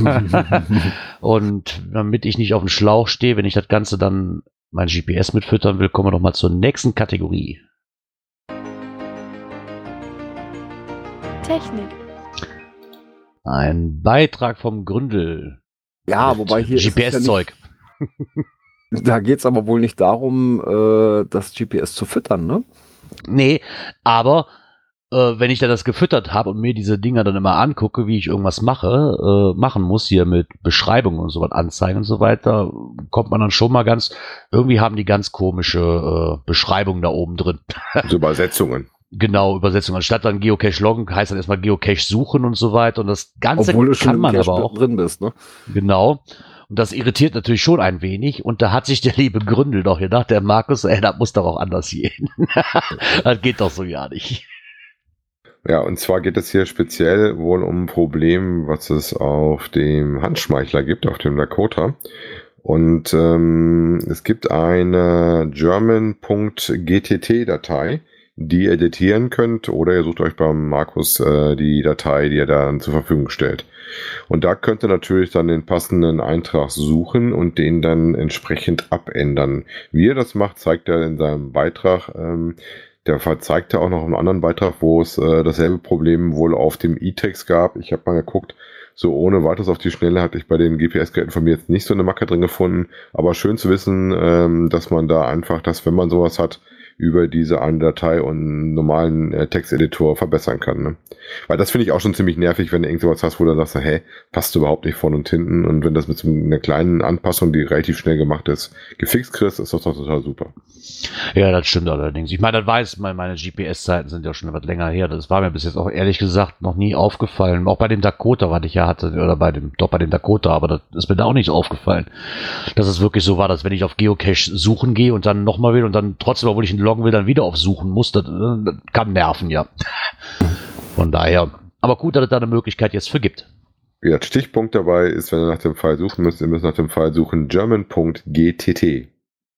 Und damit ich nicht auf dem Schlauch stehe, wenn ich das Ganze dann mein G P S mitfüttern will, kommen wir doch mal zur nächsten Kategorie. Technik. Ein Beitrag vom Gründel. Ja, wobei hier ist es G P S-Zeug. ja nicht, da geht es aber wohl nicht darum, äh, das G P S zu füttern, ne? Nee, aber äh, wenn ich dann das gefüttert habe und mir diese Dinger dann immer angucke, wie ich irgendwas mache, äh, machen muss, hier mit Beschreibungen und so was anzeigen und so weiter, kommt man dann schon mal ganz, irgendwie haben die ganz komische äh, Beschreibungen da oben drin. Also Übersetzungen. Genau, Übersetzung. Anstatt dann Geocache loggen, heißt dann erstmal Geocache suchen und so weiter. Und das Ganze Obwohl du schon kann im man Cache aber auch. drin bist, ne? Genau. Und das irritiert natürlich schon ein wenig. Und da hat sich der liebe Gründel doch gedacht, der Markus, ey, das muss doch auch anders gehen. Das geht doch so gar nicht. Ja, und zwar geht es hier speziell wohl um ein Problem, was es auf dem Handschmeichler gibt, auf dem Dakota. Und ähm, es gibt eine German.gtt-Datei, die ihr editieren könnt, oder ihr sucht euch beim Markus äh, die Datei, die er dann zur Verfügung stellt. Und da könnt ihr natürlich dann den passenden Eintrag suchen und den dann entsprechend abändern. Wie er das macht, zeigt er in seinem Beitrag. Ähm, der zeigt er auch noch einen anderen Beitrag, wo es äh, dasselbe Problem wohl auf dem E-Text gab. Ich habe mal geguckt, so ohne weiteres auf die Schnelle hatte ich bei den G P S-Geräten von mir jetzt nicht so eine Macke drin gefunden. Aber schön zu wissen, ähm, dass man da einfach das, wenn man sowas hat, über diese eine Datei und einen normalen äh, Texteditor verbessern kann. Ne? Weil das finde ich auch schon ziemlich nervig, wenn du irgend sowas hast, wo du dann sagst, hä, passt überhaupt nicht vorne und hinten. Und wenn das mit so einer kleinen Anpassung, die relativ schnell gemacht ist, gefixt kriegst, ist das doch total super. Ja, das stimmt allerdings. Ich meine, das weiß man, meine G P S-Zeiten sind ja schon etwas länger her. Das war mir bis jetzt auch ehrlich gesagt noch nie aufgefallen. Auch bei dem Dakota, was ich ja hatte, oder bei dem, doch bei dem Dakota, aber das ist mir da auch nicht aufgefallen. Dass es wirklich so war, dass wenn ich auf Geocache suchen gehe und dann nochmal will und dann trotzdem, obwohl ich einen loggen will, dann wieder auf Suchen muss, das, das kann nerven, ja. Von daher. Aber gut, dass es da eine Möglichkeit jetzt für gibt. Ja, Stichpunkt dabei ist, wenn ihr nach dem File suchen müsst, ihr müsst nach dem File suchen German.gtt.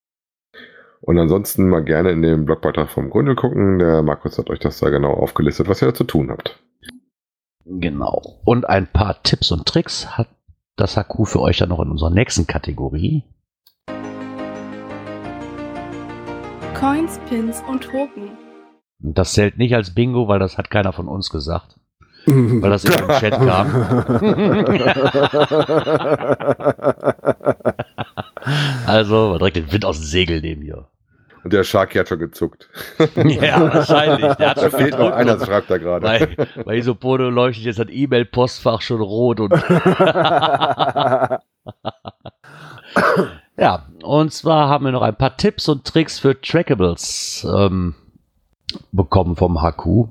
Und ansonsten mal gerne in den Blogbeitrag vom Gründel gucken. Der Markus hat euch das da genau aufgelistet, was ihr da zu tun habt. Genau. Und ein paar Tipps und Tricks hat das Haku für euch dann noch in unserer nächsten Kategorie. Coins, Pins und Token. Und das zählt nicht als Bingo, weil das hat keiner von uns gesagt. Weil das in den Chat kam. Also, man direkt den Wind aus dem Segel nehmen hier. Und der Sharky hat schon gezuckt. Ja, wahrscheinlich. Der hat Da schon fehlt noch gedrückt einer, und schreibt er gerade. Bei, bei Isopone leuchtet jetzt das E-Mail-Postfach schon rot. Und ja, und zwar haben wir noch ein paar Tipps und Tricks für Trackables ähm, bekommen vom Haku.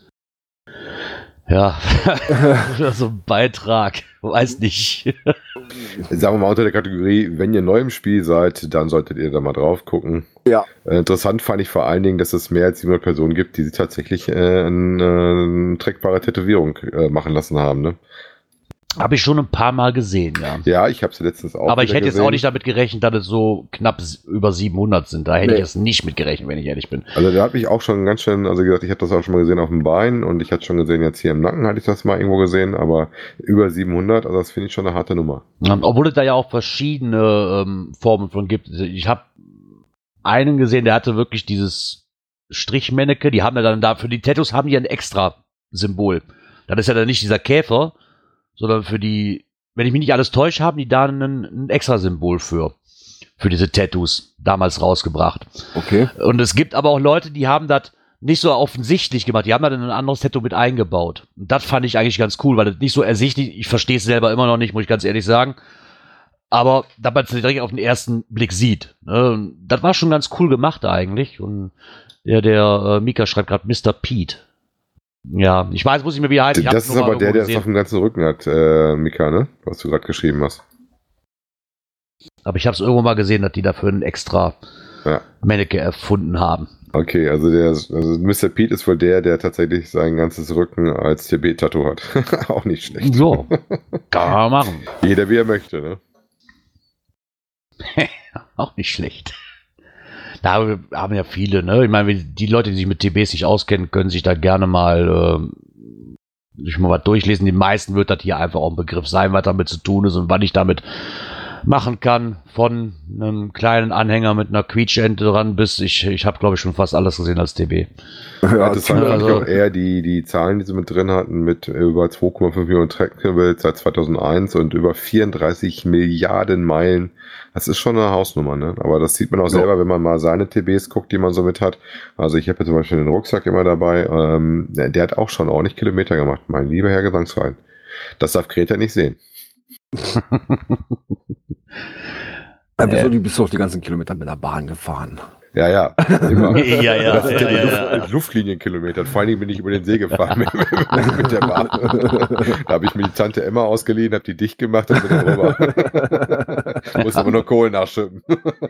Ja, so ein Beitrag, weiß nicht. Sagen wir mal unter der Kategorie, wenn ihr neu im Spiel seid, dann solltet ihr da mal drauf gucken. Ja. Äh, interessant fand ich vor allen Dingen, dass es mehr als siebenhundert Personen gibt, die sich tatsächlich äh, eine, eine trackbare Tätowierung äh, machen lassen haben. Ne? Habe ich schon ein paar Mal gesehen, ja. Ja, ich habe sie letztens auch Aber ich hätte gesehen. jetzt auch nicht damit gerechnet, dass es so knapp über siebenhundert sind. Da hätte Nee. ich jetzt nicht mit gerechnet, wenn ich ehrlich bin. Also da habe ich auch schon ganz schön, also gesagt, ich habe das auch schon mal gesehen auf dem Bein und ich hatte schon gesehen, jetzt hier im Nacken hatte ich das mal irgendwo gesehen, aber über siebenhundert, also das finde ich schon eine harte Nummer. Ähm, Obwohl es da ja auch verschiedene ähm, Formen von gibt. Ich habe einen gesehen, der hatte wirklich dieses Strichmänneke. Die haben ja dann da, für die Tattoos haben die ein extra Symbol. Das ist ja dann nicht dieser Käfer, sondern für die, wenn ich mich nicht alles täusche, haben die da ein, ein extra Symbol für. Für diese Tattoos damals rausgebracht. Okay. Und es gibt aber auch Leute, die haben das nicht so offensichtlich gemacht. Die haben da dann ein anderes Tattoo mit eingebaut. Und das fand ich eigentlich ganz cool, weil das nicht so ersichtlich, ich verstehe es selber immer noch nicht, muss ich ganz ehrlich sagen. Aber da man es direkt auf den ersten Blick sieht. Ne? Und das war schon ganz cool gemacht eigentlich. Und der, der äh, Mika schreibt gerade Mister Pete. Ja, ich weiß, muss ich mir wieder halten. Ich Das hab's ist nur mal aber der, irgendwo der es gesehen. auf dem ganzen Rücken hat, äh, Mika, ne? Was du gerade geschrieben hast. Aber ich habe es irgendwo mal gesehen, dass die dafür ein extra Ja. Manneke erfunden haben. Okay, also der also Mister Pete ist wohl der, der tatsächlich sein ganzes Rücken als T B-Tattoo hat. Auch nicht schlecht. So, kann man machen. Jeder wie er möchte, ne? Auch nicht schlecht. Da haben ja viele, ne? Ich meine, die Leute, die sich mit T Bs nicht auskennen, können sich da gerne mal ähm, sich mal was durchlesen. Die meisten wird das hier einfach auch ein Begriff sein, was damit zu tun ist und was ich damit machen kann. Von einem kleinen Anhänger mit einer Quietschente dran bis ich, ich habe glaube ich schon fast alles gesehen als T B. Ja, das waren also- eigentlich auch eher die, die Zahlen, die sie mit drin hatten, mit über zwei Komma fünf Millionen Trackable seit zweitausendeins und über vierunddreißig Milliarden Meilen. Das ist schon eine Hausnummer, ne? Aber das sieht man auch Ja. selber, wenn man mal seine T Bs guckt, die man so mit hat. Also ich habe ja zum Beispiel den Rucksack immer dabei. Ähm, der, der hat auch schon ordentlich Kilometer gemacht, mein lieber Herr Gesangsverein. Das darf Greta nicht sehen. Ja, wieso, du bist doch die ganzen Kilometer mit der Bahn gefahren. Ja, ja, immer. Ja, ja, Das sind ja, ja, ja, Luft, ja. Luftlinienkilometer. Vor allen Dingen bin ich über den See gefahren mit, mit der Bahn. Da habe ich mir die Tante Emma ausgeliehen, habe die dicht gemacht und bin dann rüber. Muss aber nur Kohle nachschütten.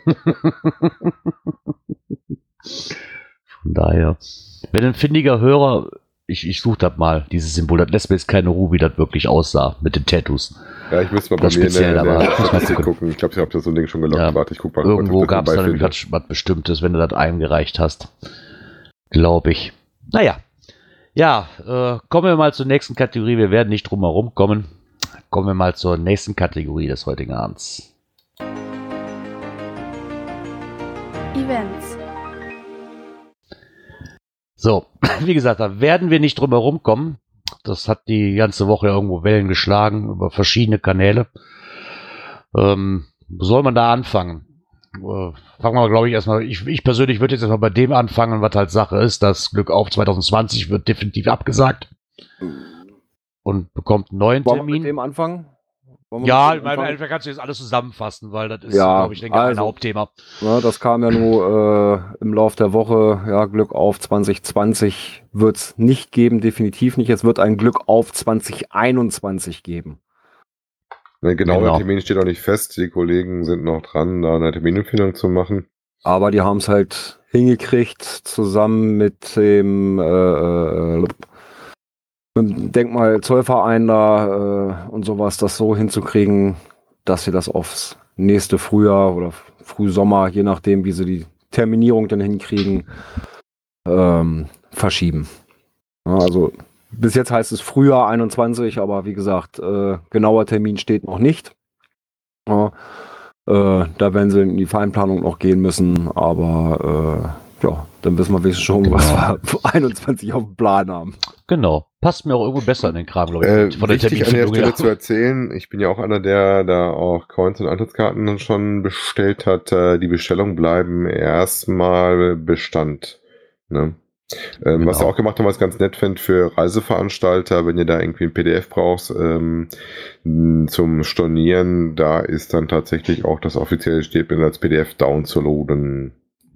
Von daher. Wenn ein findiger Hörer, ich, ich suche das mal, dieses Symbol, das lässt mir jetzt keine Ruhe, wie das wirklich aussah mit den Tattoos. Ja, ich müsste mal bei Das mir in speziell, der, in aber- der Statistik gucken. Ich glaube, ich habe das so ein Ding schon gelockt. Ja, Warte, ich guck mal. Irgendwo ob ich das gab es da dabei nämlich finde. was, was Bestimmtes, wenn du das eingereicht hast. Glaube ich. Naja. Ja, äh, kommen wir mal zur nächsten Kategorie. Wir werden nicht drum herum kommen. Kommen wir mal zur nächsten Kategorie des heutigen Abends. Events. So, wie gesagt, da werden wir nicht drum herum kommen. Das hat die ganze Woche irgendwo Wellen geschlagen über verschiedene Kanäle. Ähm, wo soll man da anfangen? Äh, fangen wir, glaube ich, erstmal. Ich, ich persönlich würde jetzt erstmal bei dem anfangen, was halt Sache ist. Das Glück auf zwanzig zwanzig wird definitiv abgesagt und bekommt einen neuen Wollen wir mit Termin. dem anfangen? Wollen wir Ja, mit ich dem meine, anfangen? entweder kannst du jetzt alles zusammenfassen, weil das ist, Ja, glaube ich, denke ich, ein also- Hauptthema. Ja, das kam ja nur äh, im Lauf der Woche. Ja, Glück auf zwanzig zwanzig wird es nicht geben, definitiv nicht. Es wird ein Glück auf zwanzig einundzwanzig geben. Ne, genau, Genau. der Termin steht auch nicht fest. Die Kollegen sind noch dran, da eine Terminempfehlung zu machen. Aber die haben es halt hingekriegt, zusammen mit dem, äh, äh, mit dem Denkmal Zollverein da äh, und sowas, das so hinzukriegen, dass sie das aufs nächste Frühjahr oder Frühsommer, je nachdem, wie sie die Terminierung dann hinkriegen, ähm, verschieben. Ja, also bis jetzt heißt es Frühjahr einundzwanzig, aber wie gesagt, äh, genauer Termin steht noch nicht. Ja, äh, da werden sie in die Feinplanung noch gehen müssen, aber äh, ja, dann wissen wir wenigstens schon, was wir für einundzwanzig auf dem Plan haben. Genau. Passt mir auch irgendwo besser in den Kram, glaube ich. Äh, von der wichtig an der Terminfindung Stelle her. zu erzählen, ich bin ja auch einer, der da auch Coins und Eintrittskarten dann schon bestellt hat. Äh, die Bestellungen bleiben erstmal Bestand. Ne? Ähm, Was wir Genau. auch gemacht haben, was ich ganz nett finde für Reiseveranstalter, wenn ihr da irgendwie ein P D F brauchst ähm, m, zum Stornieren, da ist dann tatsächlich auch das offizielle Statement als P D F downzuladen.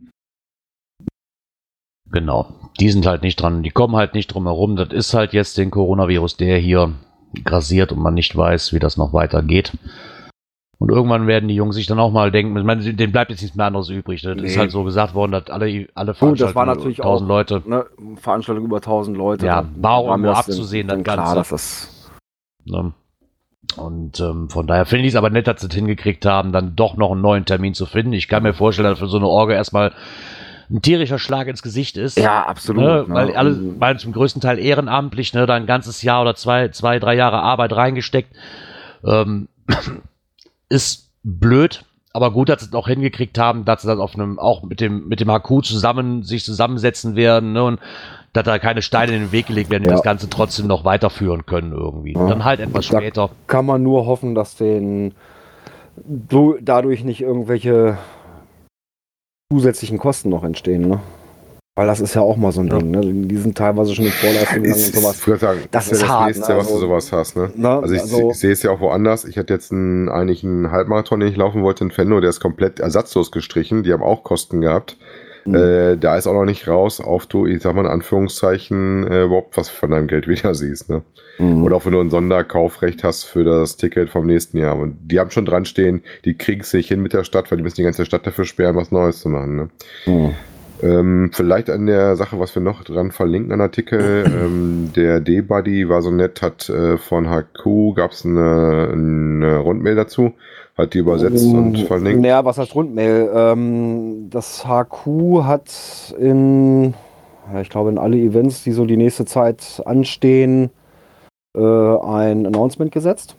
Genau. Die sind halt nicht dran. Die kommen halt nicht drum herum. Das ist halt jetzt den Coronavirus, der hier grassiert und man nicht weiß, wie das noch weitergeht. Und irgendwann werden die Jungs sich dann auch mal denken, ich meine, denen bleibt jetzt nichts mehr anderes übrig. Das Nee. ist halt so gesagt worden, dass alle, alle Gut, das war Veranstaltungen, natürlich tausend auch Leute, ne, Veranstaltung über tausend Leute. Ja, da war auch war mir irgendwo das abzusehen, dann das klar, Ganze. dass das ne? Und ähm, von daher finde ich es aber nett, dass sie es hingekriegt haben, dann doch noch einen neuen Termin zu finden. Ich kann mir vorstellen, dass für so eine Orga erstmal ein tierischer Schlag ins Gesicht ist. Ja, absolut. Ne? Ne? Weil alle, weil zum größten Teil ehrenamtlich, ne, da ein ganzes Jahr oder zwei, zwei, drei Jahre Arbeit reingesteckt. Ähm, ist blöd, aber gut, dass sie es auch hingekriegt haben, dass sie dann auf einem, auch mit dem, mit dem H Q zusammen, sich zusammensetzen werden, ne, und dass da keine Steine in den Weg gelegt werden, die Ja. das Ganze trotzdem noch weiterführen können irgendwie. Ja. Dann halt etwas Da später. kann man nur hoffen, dass den du, dadurch nicht irgendwelche zusätzlichen Kosten noch entstehen, ne? Weil das ist ja auch mal so ein Ja. Ding, ne? Die sind teilweise schon in Vorleistung gegangen Ist, und sowas. ich würde sagen, Das das ist ist hart, das nächste, ne? was du Also- sowas hast, ne? Ne? Also ich, Also- ich sehe es ja auch woanders. Ich hatte jetzt einen, eigentlich einen Halbmarathon, den ich laufen wollte in Fenlo, der ist komplett ersatzlos gestrichen. Die haben auch Kosten gehabt. Mhm. Äh, da ist auch noch nicht raus, auf du, ich sag mal in Anführungszeichen, äh, überhaupt was von deinem Geld wieder siehst, ne? Mhm. Oder auch wenn du ein Sonderkaufrecht hast für das Ticket vom nächsten Jahr. Und die haben schon dran stehen, die kriegen es nicht hin mit der Stadt, weil die müssen die ganze Stadt dafür sperren, was Neues zu machen, ne? Mhm. Ähm, vielleicht an der Sache, was wir noch dran verlinken, an Artikel, ähm, der D-Buddy war so nett, hat äh, von H Q, gab es eine, eine Rundmail dazu, hat die übersetzt und verlinkt. Naja, was heißt Rundmail? Ähm, das H Q hat in, ja, ich glaube, in alle Events, die so die nächste Zeit anstehen, äh, ein Announcement gesetzt.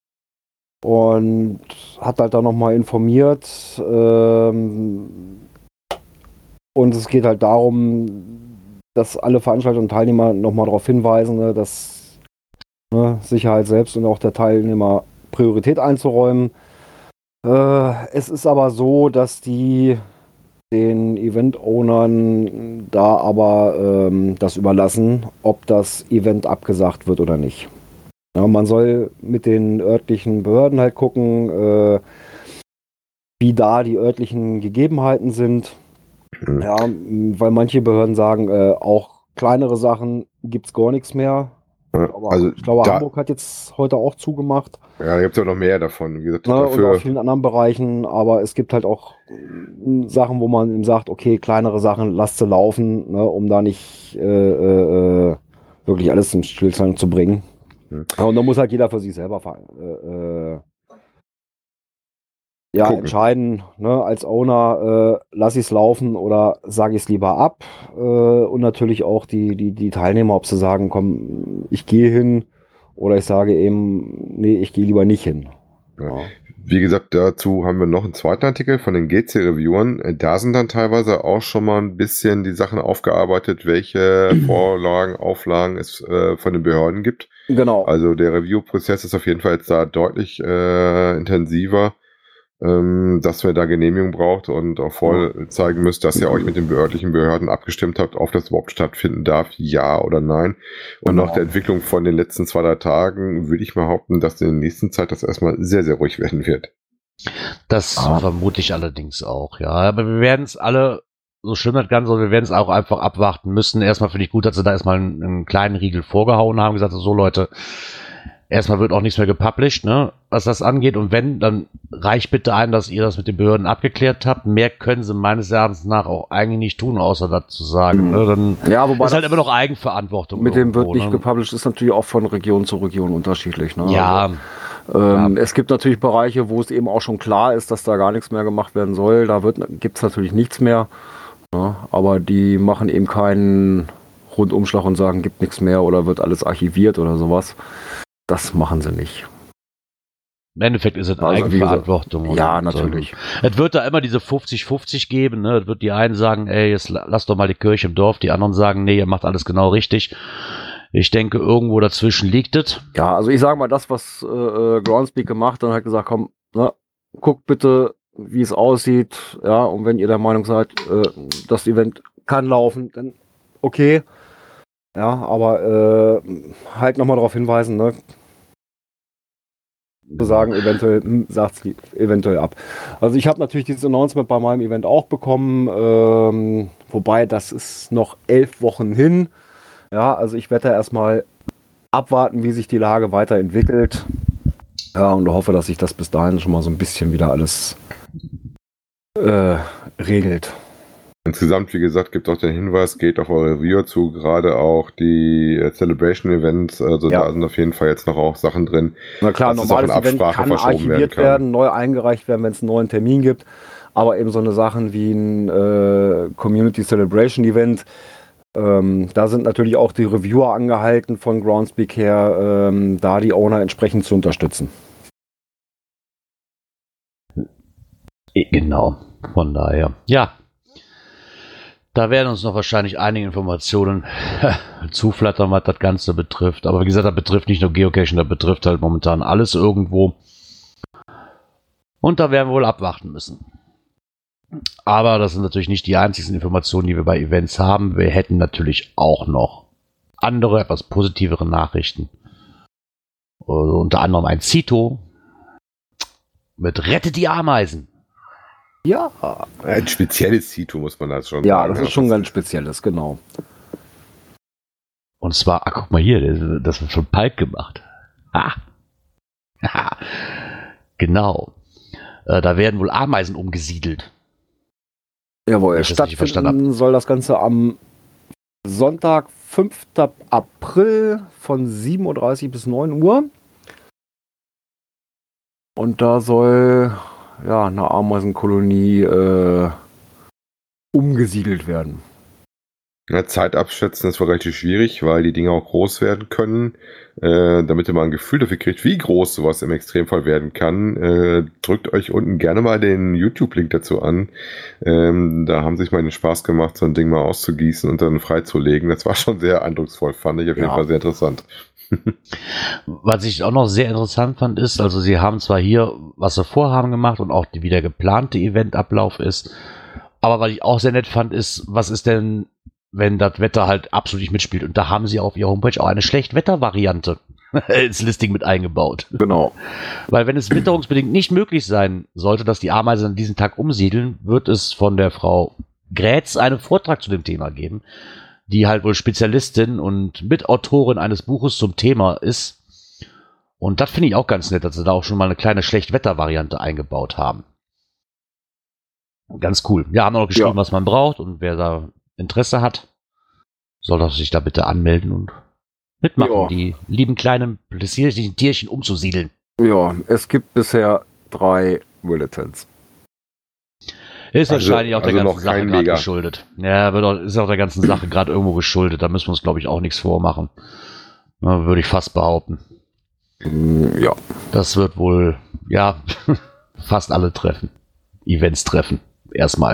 Und hat halt da nochmal informiert. Ähm, und es geht halt darum, dass alle Veranstalter und Teilnehmer nochmal darauf hinweisen, ne, dass ne, Sicherheit selbst und auch der Teilnehmer Priorität einzuräumen. Äh, es ist aber so, dass die den Event-Ownern da aber ähm, das überlassen, ob das Event abgesagt wird oder nicht. Ja, man soll mit den örtlichen Behörden halt gucken, äh, wie da die örtlichen Gegebenheiten sind. Mhm. Ja, m, weil manche Behörden sagen, äh, auch kleinere Sachen gibt es gar nichts mehr. Ja, Aber also ich glaube, da, Hamburg hat jetzt heute auch zugemacht. ja, da gibt es ja noch mehr davon. Wie gesagt, Ne, und dafür, auf vielen anderen Bereichen, aber es gibt halt auch äh, Sachen, wo man eben sagt, okay, kleinere Sachen, lasst sie laufen, ne, um da nicht äh, äh, wirklich alles zum Stillstand zu bringen. Hm. Ja, und da muss halt jeder für sich selber ver- äh, äh, ja, Gucken. entscheiden, ne, als Owner, äh, lasse ich es laufen oder sage ich es lieber ab. Äh, und natürlich auch die, die, die Teilnehmer, ob sie sagen, komm, ich gehe hin oder ich sage eben, nee, ich gehe lieber nicht hin. Ja. Ja. wie gesagt, dazu haben wir noch einen zweiten Artikel von den G C-Reviewern. Äh, Da sind dann teilweise auch schon mal ein bisschen die Sachen aufgearbeitet, welche Vorlagen, Auflagen es äh, von den Behörden gibt. Genau. Also der Review-Prozess ist auf jeden Fall jetzt da deutlich äh, intensiver, ähm, dass wir da Genehmigung braucht und auch voll zeigen müsst, dass ihr euch mit den behördlichen Behörden abgestimmt habt, ob das überhaupt stattfinden darf, ja oder nein. Und Genau. nach der Entwicklung von den letzten zwei, drei Tagen würde ich behaupten, dass in der nächsten Zeit das erstmal sehr, sehr ruhig werden wird. Das Ah. vermute ich allerdings auch, ja. Aber wir werden es alle, so schlimm das Ganze, wir werden es auch einfach abwarten müssen. Erstmal finde ich gut, dass sie da erstmal einen, einen kleinen Riegel vorgehauen haben, gesagt, so Leute, erstmal wird auch nichts mehr gepublished, ne, was das angeht. Und wenn, dann reicht bitte ein, dass ihr das mit den Behörden abgeklärt habt. Mehr können sie meines Erachtens nach auch eigentlich nicht tun, außer das zu sagen. Mhm. Ne? Dann Ja, wobei ist halt das immer noch Eigenverantwortung. mit dem wird irgendwo, nicht ne? gepublished, ist natürlich auch von Region zu Region unterschiedlich. Ne? Ja, Ähm, Es gibt natürlich Bereiche, wo es eben auch schon klar ist, dass da gar nichts mehr gemacht werden soll. Da gibt es natürlich nichts mehr. Ne? Aber die machen eben keinen Rundumschlag und sagen, gibt nichts mehr oder wird alles archiviert oder sowas. Das machen sie nicht. im Endeffekt ist es Also, wie gesagt, Eigenverantwortung. ja, und, natürlich. Ähm, es wird da immer diese fünfzig fünfzig geben. Ne? Es wird die einen sagen, ey, jetzt la- lasst doch mal die Kirche im Dorf. Die anderen sagen, nee, ihr macht alles genau richtig. Ich denke, irgendwo dazwischen liegt es. Ja, also ich sage mal, das, was äh, äh, Groundspeak gemacht hat, dann hat gesagt, komm, ne, guckt bitte, wie es aussieht. Ja, und wenn ihr der Meinung seid, äh, das Event kann laufen, dann okay. Ja, aber äh, halt nochmal darauf hinweisen, ne? Zu sagen, eventuell, hm, sagt's li- eventuell ab. Also ich habe natürlich dieses Announcement bei meinem Event auch bekommen, ähm, wobei das ist noch elf Wochen hin. Ja, also ich werde da erstmal abwarten, wie sich die Lage weiterentwickelt. Ja, und hoffe, dass sich das bis dahin schon mal so ein bisschen wieder alles äh, regelt. Insgesamt, wie gesagt, gibt auch den Hinweis, geht auf eure Reviewer zu, gerade auch die äh, Celebration-Events, also Ja. da sind auf jeden Fall jetzt noch auch Sachen drin. Na klar, dass es auch in normales Event Absprache kann verschoben archiviert werden kann. werden, neu eingereicht werden, wenn es einen neuen Termin gibt. Aber eben so eine Sachen wie ein äh, Community Celebration Event, ähm, da sind natürlich auch die Reviewer angehalten von Groundspeak her, ähm, da die Owner entsprechend zu unterstützen. Genau, von daher. Ja, da werden uns noch wahrscheinlich einige Informationen zuflattern, was das Ganze betrifft. Aber wie gesagt, das betrifft nicht nur Geocaching, das betrifft halt momentan alles irgendwo. Und da werden wir wohl abwarten müssen. Aber das sind natürlich nicht die einzigen Informationen, die wir bei Events haben. Wir hätten natürlich auch noch andere, etwas positivere Nachrichten. Also unter anderem ein Cito mit Rettet die Ameisen. Ja, Ein spezielles Cito, muss man da schon ja, sagen. das ist schon ganz spezielles, genau. Und zwar, ach guck mal hier, das, das wird von Palk gemacht. Ah. Genau. Äh, da werden wohl Ameisen umgesiedelt. Jawohl, Wenn ich das richtig verstanden stattfinden soll das Ganze am Sonntag, fünften April von sieben Uhr dreißig bis neun Uhr. Und da soll ja eine Ameisenkolonie äh, umgesiedelt werden. Ja, Zeit abschätzen ist wohl relativ schwierig, weil die Dinge auch groß werden können. Äh, damit ihr mal ein Gefühl dafür kriegt, wie groß sowas im Extremfall werden kann, äh, drückt euch unten gerne mal den YouTube-Link dazu an. Ähm, da haben sich mal den Spaß gemacht, so ein Ding mal auszugießen und dann freizulegen. Das war schon sehr eindrucksvoll, fand ich auf jeden Ja. Fall sehr interessant. Was ich auch noch sehr interessant fand, ist, also sie haben zwar hier, was sie vorhaben gemacht und auch die, wie der geplante Eventablauf ist, aber was ich auch sehr nett fand, ist, was ist denn, wenn das Wetter halt absolut nicht mitspielt? Und da haben sie auf ihrer Homepage auch eine Schlechtwetter-Variante ins Listing mit eingebaut. Genau. Weil wenn es witterungsbedingt nicht möglich sein sollte, dass die Ameisen an diesem Tag umsiedeln, wird es von der Frau Grätz einen Vortrag zu dem Thema geben, die halt wohl Spezialistin und Mitautorin eines Buches zum Thema ist. Und das finde ich auch ganz nett, dass sie da auch schon mal eine kleine Schlechtwetter-Variante eingebaut haben. Ganz cool. Ja, haben auch noch geschrieben, Ja. was man braucht, und wer da Interesse hat, soll doch sich da bitte anmelden und mitmachen, Ja. die lieben kleinen plessierlichen Tierchen umzusiedeln. Ja, es gibt bisher drei Bulletins. Ist Also- wahrscheinlich auch der also ganzen noch Sache kein gerade Mega. geschuldet. Ja, wird auch, ist auch der ganzen Sache gerade irgendwo geschuldet. Da müssen wir uns, glaube ich, auch nichts vormachen. Na, würde ich fast behaupten. Mm, Ja. Das wird wohl, ja, fast alle treffen. Events treffen. Erstmal.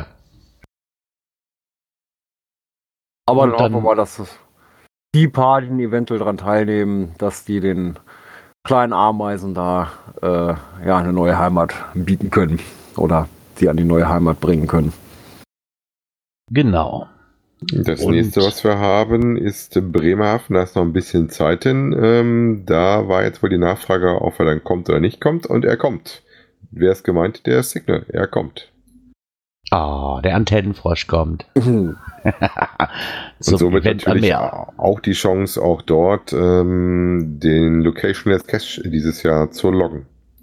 Aber Und dann dann- hoffen wir mal, dass es die paar, die eventuell daran teilnehmen, dass die den kleinen Ameisen da äh, ja, eine neue Heimat bieten können. Oder sie an die neue Heimat bringen können. Genau. Das Und- nächste, was wir haben, ist Bremerhaven. Da ist noch ein bisschen Zeit hin. Ähm, da war jetzt wohl die Nachfrage, ob er dann kommt oder nicht kommt. Und er kommt. Wer ist gemeint? Der Signal. Er kommt. Ah, der Antennenfrosch kommt. Und Zum somit Event am natürlich Meer. auch die Chance, auch dort ähm, den Locationless Cache dieses Jahr zu loggen.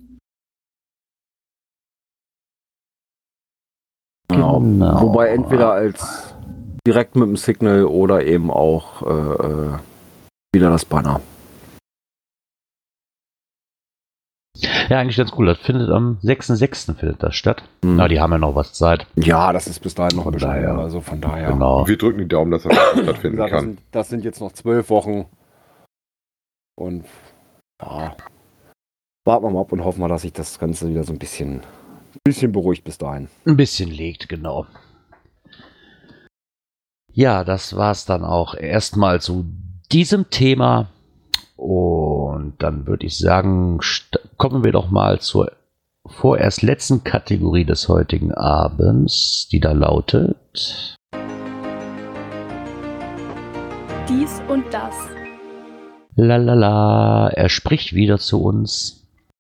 Genau. Genau. Wobei entweder als direkt mit dem Signal oder eben auch äh, äh, wieder das Banner. Ja, eigentlich ganz cool. Das findet am sechsten sechsten findet das statt. Hm. Na, die haben ja noch was Zeit. Ja, das ist bis dahin noch Von ein bisschen daher. her, also von daher. Genau. Wir drücken die Daumen, dass das Wie stattfinden gesagt, das, kann. sind, das sind jetzt noch zwölf Wochen. Und ja, warten wir mal ab und hoffen wir, dass sich das Ganze wieder so ein bisschen, bisschen beruhigt bis dahin. Ein bisschen legt, genau. Ja, das war's dann auch erstmal zu diesem Thema. Und dann würde ich sagen, st- kommen wir doch mal zur vorerst letzten Kategorie des heutigen Abends, die da lautet: Dies und das. Lalala, er spricht wieder zu uns.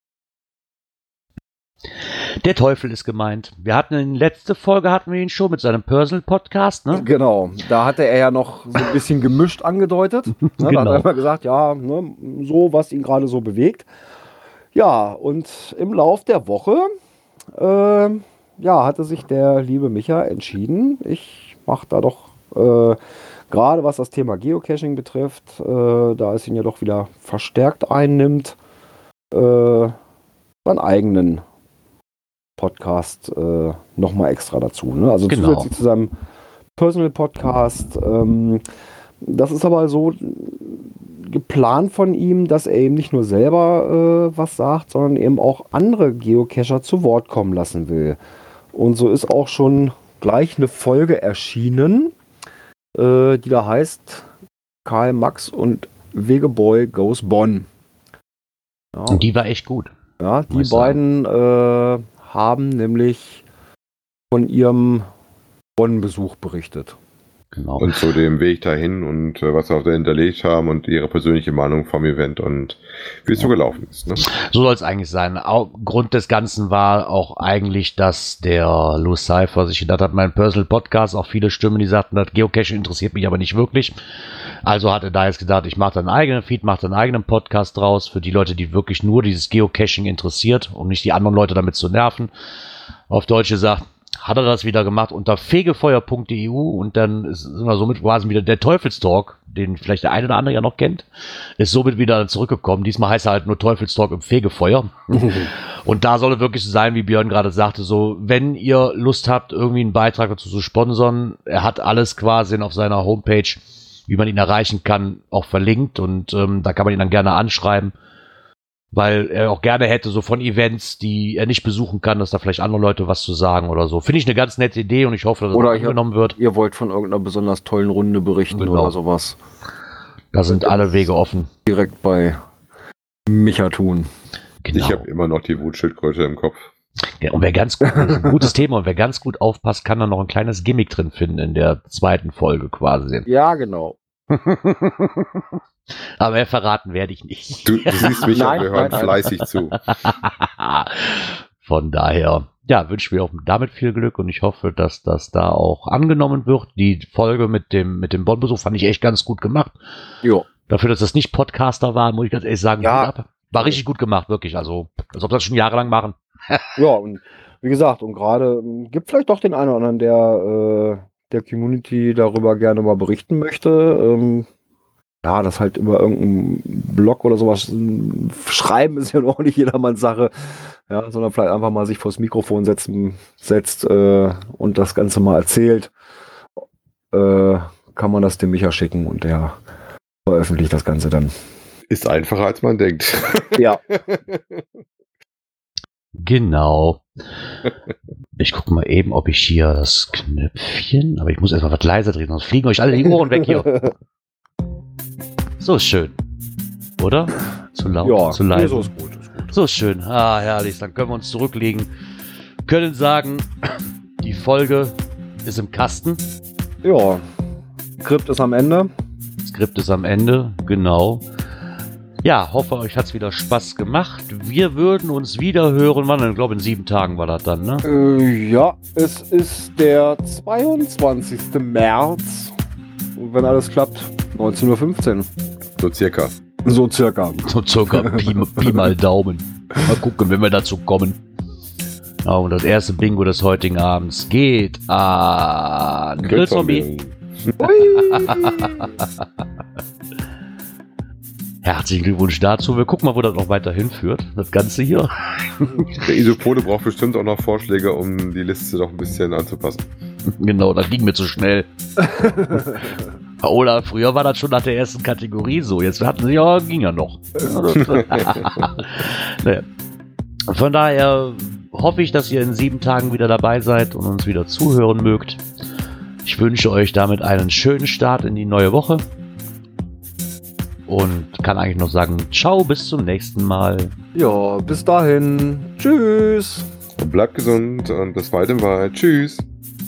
Der Teufel ist gemeint. Wir hatten in letzte Folge hatten wir ihn schon mit seinem Personal Podcast, ne? Genau, da hatte er ja noch so ein bisschen gemischt angedeutet. Ne, Da hat Genau. er immer gesagt, ja, ne, so, was ihn gerade so bewegt. Ja, und im Lauf der Woche, ähm, ja, hatte sich der liebe Micha entschieden, ich macht da doch, äh, gerade was das Thema Geocaching betrifft, äh, da es ihn ja doch wieder verstärkt einnimmt, äh, seinen eigenen Podcast äh, nochmal extra dazu. Ne? Also Genau. zusätzlich zu seinem Personal Podcast. Ähm, das ist aber so geplant von ihm, dass er eben nicht nur selber äh, was sagt, sondern eben auch andere Geocacher zu Wort kommen lassen will. Und so ist auch schon gleich eine Folge erschienen, äh, die da heißt Karl Max und Wegeboy Goes Bonn. Ja, Und die war echt gut. ja die muss ich beiden äh, haben nämlich von ihrem Bonn-Besuch berichtet. Genau. Und zu dem Weg dahin und äh, was sie auch da hinterlegt haben und ihre persönliche Meinung vom Event und wie es so gelaufen ist. Ne? So soll es eigentlich sein. Au- Grund des Ganzen war auch eigentlich, dass der Lou Cypher sich gedacht hat, mein Personal Podcast, auch viele Stimmen, die sagten, das Geocaching interessiert mich aber nicht wirklich. Also hat er da jetzt gedacht, ich mache einen eigenen Feed, mache einen eigenen Podcast draus für die Leute, die wirklich nur dieses Geocaching interessiert, um nicht die anderen Leute damit zu nerven. Auf Deutsch gesagt, hat er das wieder gemacht unter fegefeuer punkt e u und dann ist, sind wir somit quasi wieder der Teufelstalk, den vielleicht der eine oder andere ja noch kennt, ist somit wieder zurückgekommen. Diesmal heißt er halt nur Teufelstalk im Fegefeuer. Und da soll es wirklich so sein, wie Björn gerade sagte, so, wenn ihr Lust habt, irgendwie einen Beitrag dazu zu sponsern, er hat alles quasi auf seiner Homepage, wie man ihn erreichen kann, auch verlinkt und ähm, da kann man ihn dann gerne anschreiben, weil er auch gerne hätte, so von Events, die er nicht besuchen kann, dass da vielleicht andere Leute was zu sagen oder so. Finde ich eine ganz nette Idee und ich hoffe, dass Oder das ich- angenommen wird. Ihr wollt von irgendeiner besonders tollen Runde berichten Genau. oder sowas. Da sind alle Wege offen. Direkt bei Micha tun. Genau. Ich habe immer noch die Wutschildkröte im Kopf. Ja, und wer ganz gut, das ist ein gutes Thema, und wer ganz gut aufpasst, kann da noch ein kleines Gimmick drin finden in der zweiten Folge quasi. Ja, genau. Aber mehr verraten werde ich nicht. Du, du siehst mich Nein, und wir hören nein, nein. fleißig zu. Von daher, ja, wünsche ich mir auch damit viel Glück und ich hoffe, dass das da auch angenommen wird. Die Folge mit dem, mit dem Bonn-Besuch fand ich echt ganz gut gemacht. Jo. Dafür, dass das nicht Podcaster war, muss ich ganz ehrlich sagen, Ja. Hut ab. War richtig gut gemacht, wirklich. Also, als ob sie das schon jahrelang machen. Ja, und wie gesagt, und gerade ähm, gibt vielleicht doch den einen oder anderen, der äh, der Community darüber gerne mal berichten möchte. Ähm, ja, das halt über irgendeinen Blog oder sowas ähm, schreiben ist ja noch nicht jedermanns Sache. Ja, sondern vielleicht einfach mal sich vors Mikrofon setzen, setzt äh, und das Ganze mal erzählt. Äh, kann man das dem Micha schicken und der veröffentlicht das Ganze dann. Ist einfacher, als man denkt. Ja. Genau. Ich gucke mal eben, ob ich hier das Knöpfchen, aber ich muss erstmal was leiser drehen, sonst fliegen euch alle die Ohren weg hier. So ist schön. Oder? Zu laut, Ja, zu leise. nee, so ist gut. Ist gut. So ist schön. Ah, herrlich. Dann können wir uns zurücklegen. Können sagen, die Folge ist im Kasten. Ja, Skript ist am Ende. Skript ist am Ende. Genau. Ja, hoffe, euch hat es wieder Spaß gemacht. Wir würden uns wieder hören. Wann? Ich glaube, in sieben Tagen war das dann, ne? Äh, ja, es ist der zweiundzwanzigste März. Und wenn alles klappt, neunzehn Uhr fünfzehn. So circa. So circa. So circa Pi, Pi mal Daumen. Mal gucken, wenn wir dazu kommen. Ja, und das erste Bingo des heutigen Abends geht an Grillzombie. Herzlichen Glückwunsch dazu. Wir gucken mal, wo das noch weiter hinführt. Das Ganze hier. Der Isopode braucht bestimmt auch noch Vorschläge, um die Liste doch ein bisschen anzupassen. Genau, das ging mir zu schnell. Oder früher war das schon nach der ersten Kategorie so. Jetzt hatten sie, ja, ging ja noch. Naja. Von daher hoffe ich, dass ihr in sieben Tagen wieder dabei seid und uns wieder zuhören mögt. Ich wünsche euch damit einen schönen Start in die neue Woche. Und kann eigentlich noch sagen, ciao, bis zum nächsten Mal. Ja, bis dahin. Tschüss. Bleibt gesund und bis bald im Wald. Tschüss.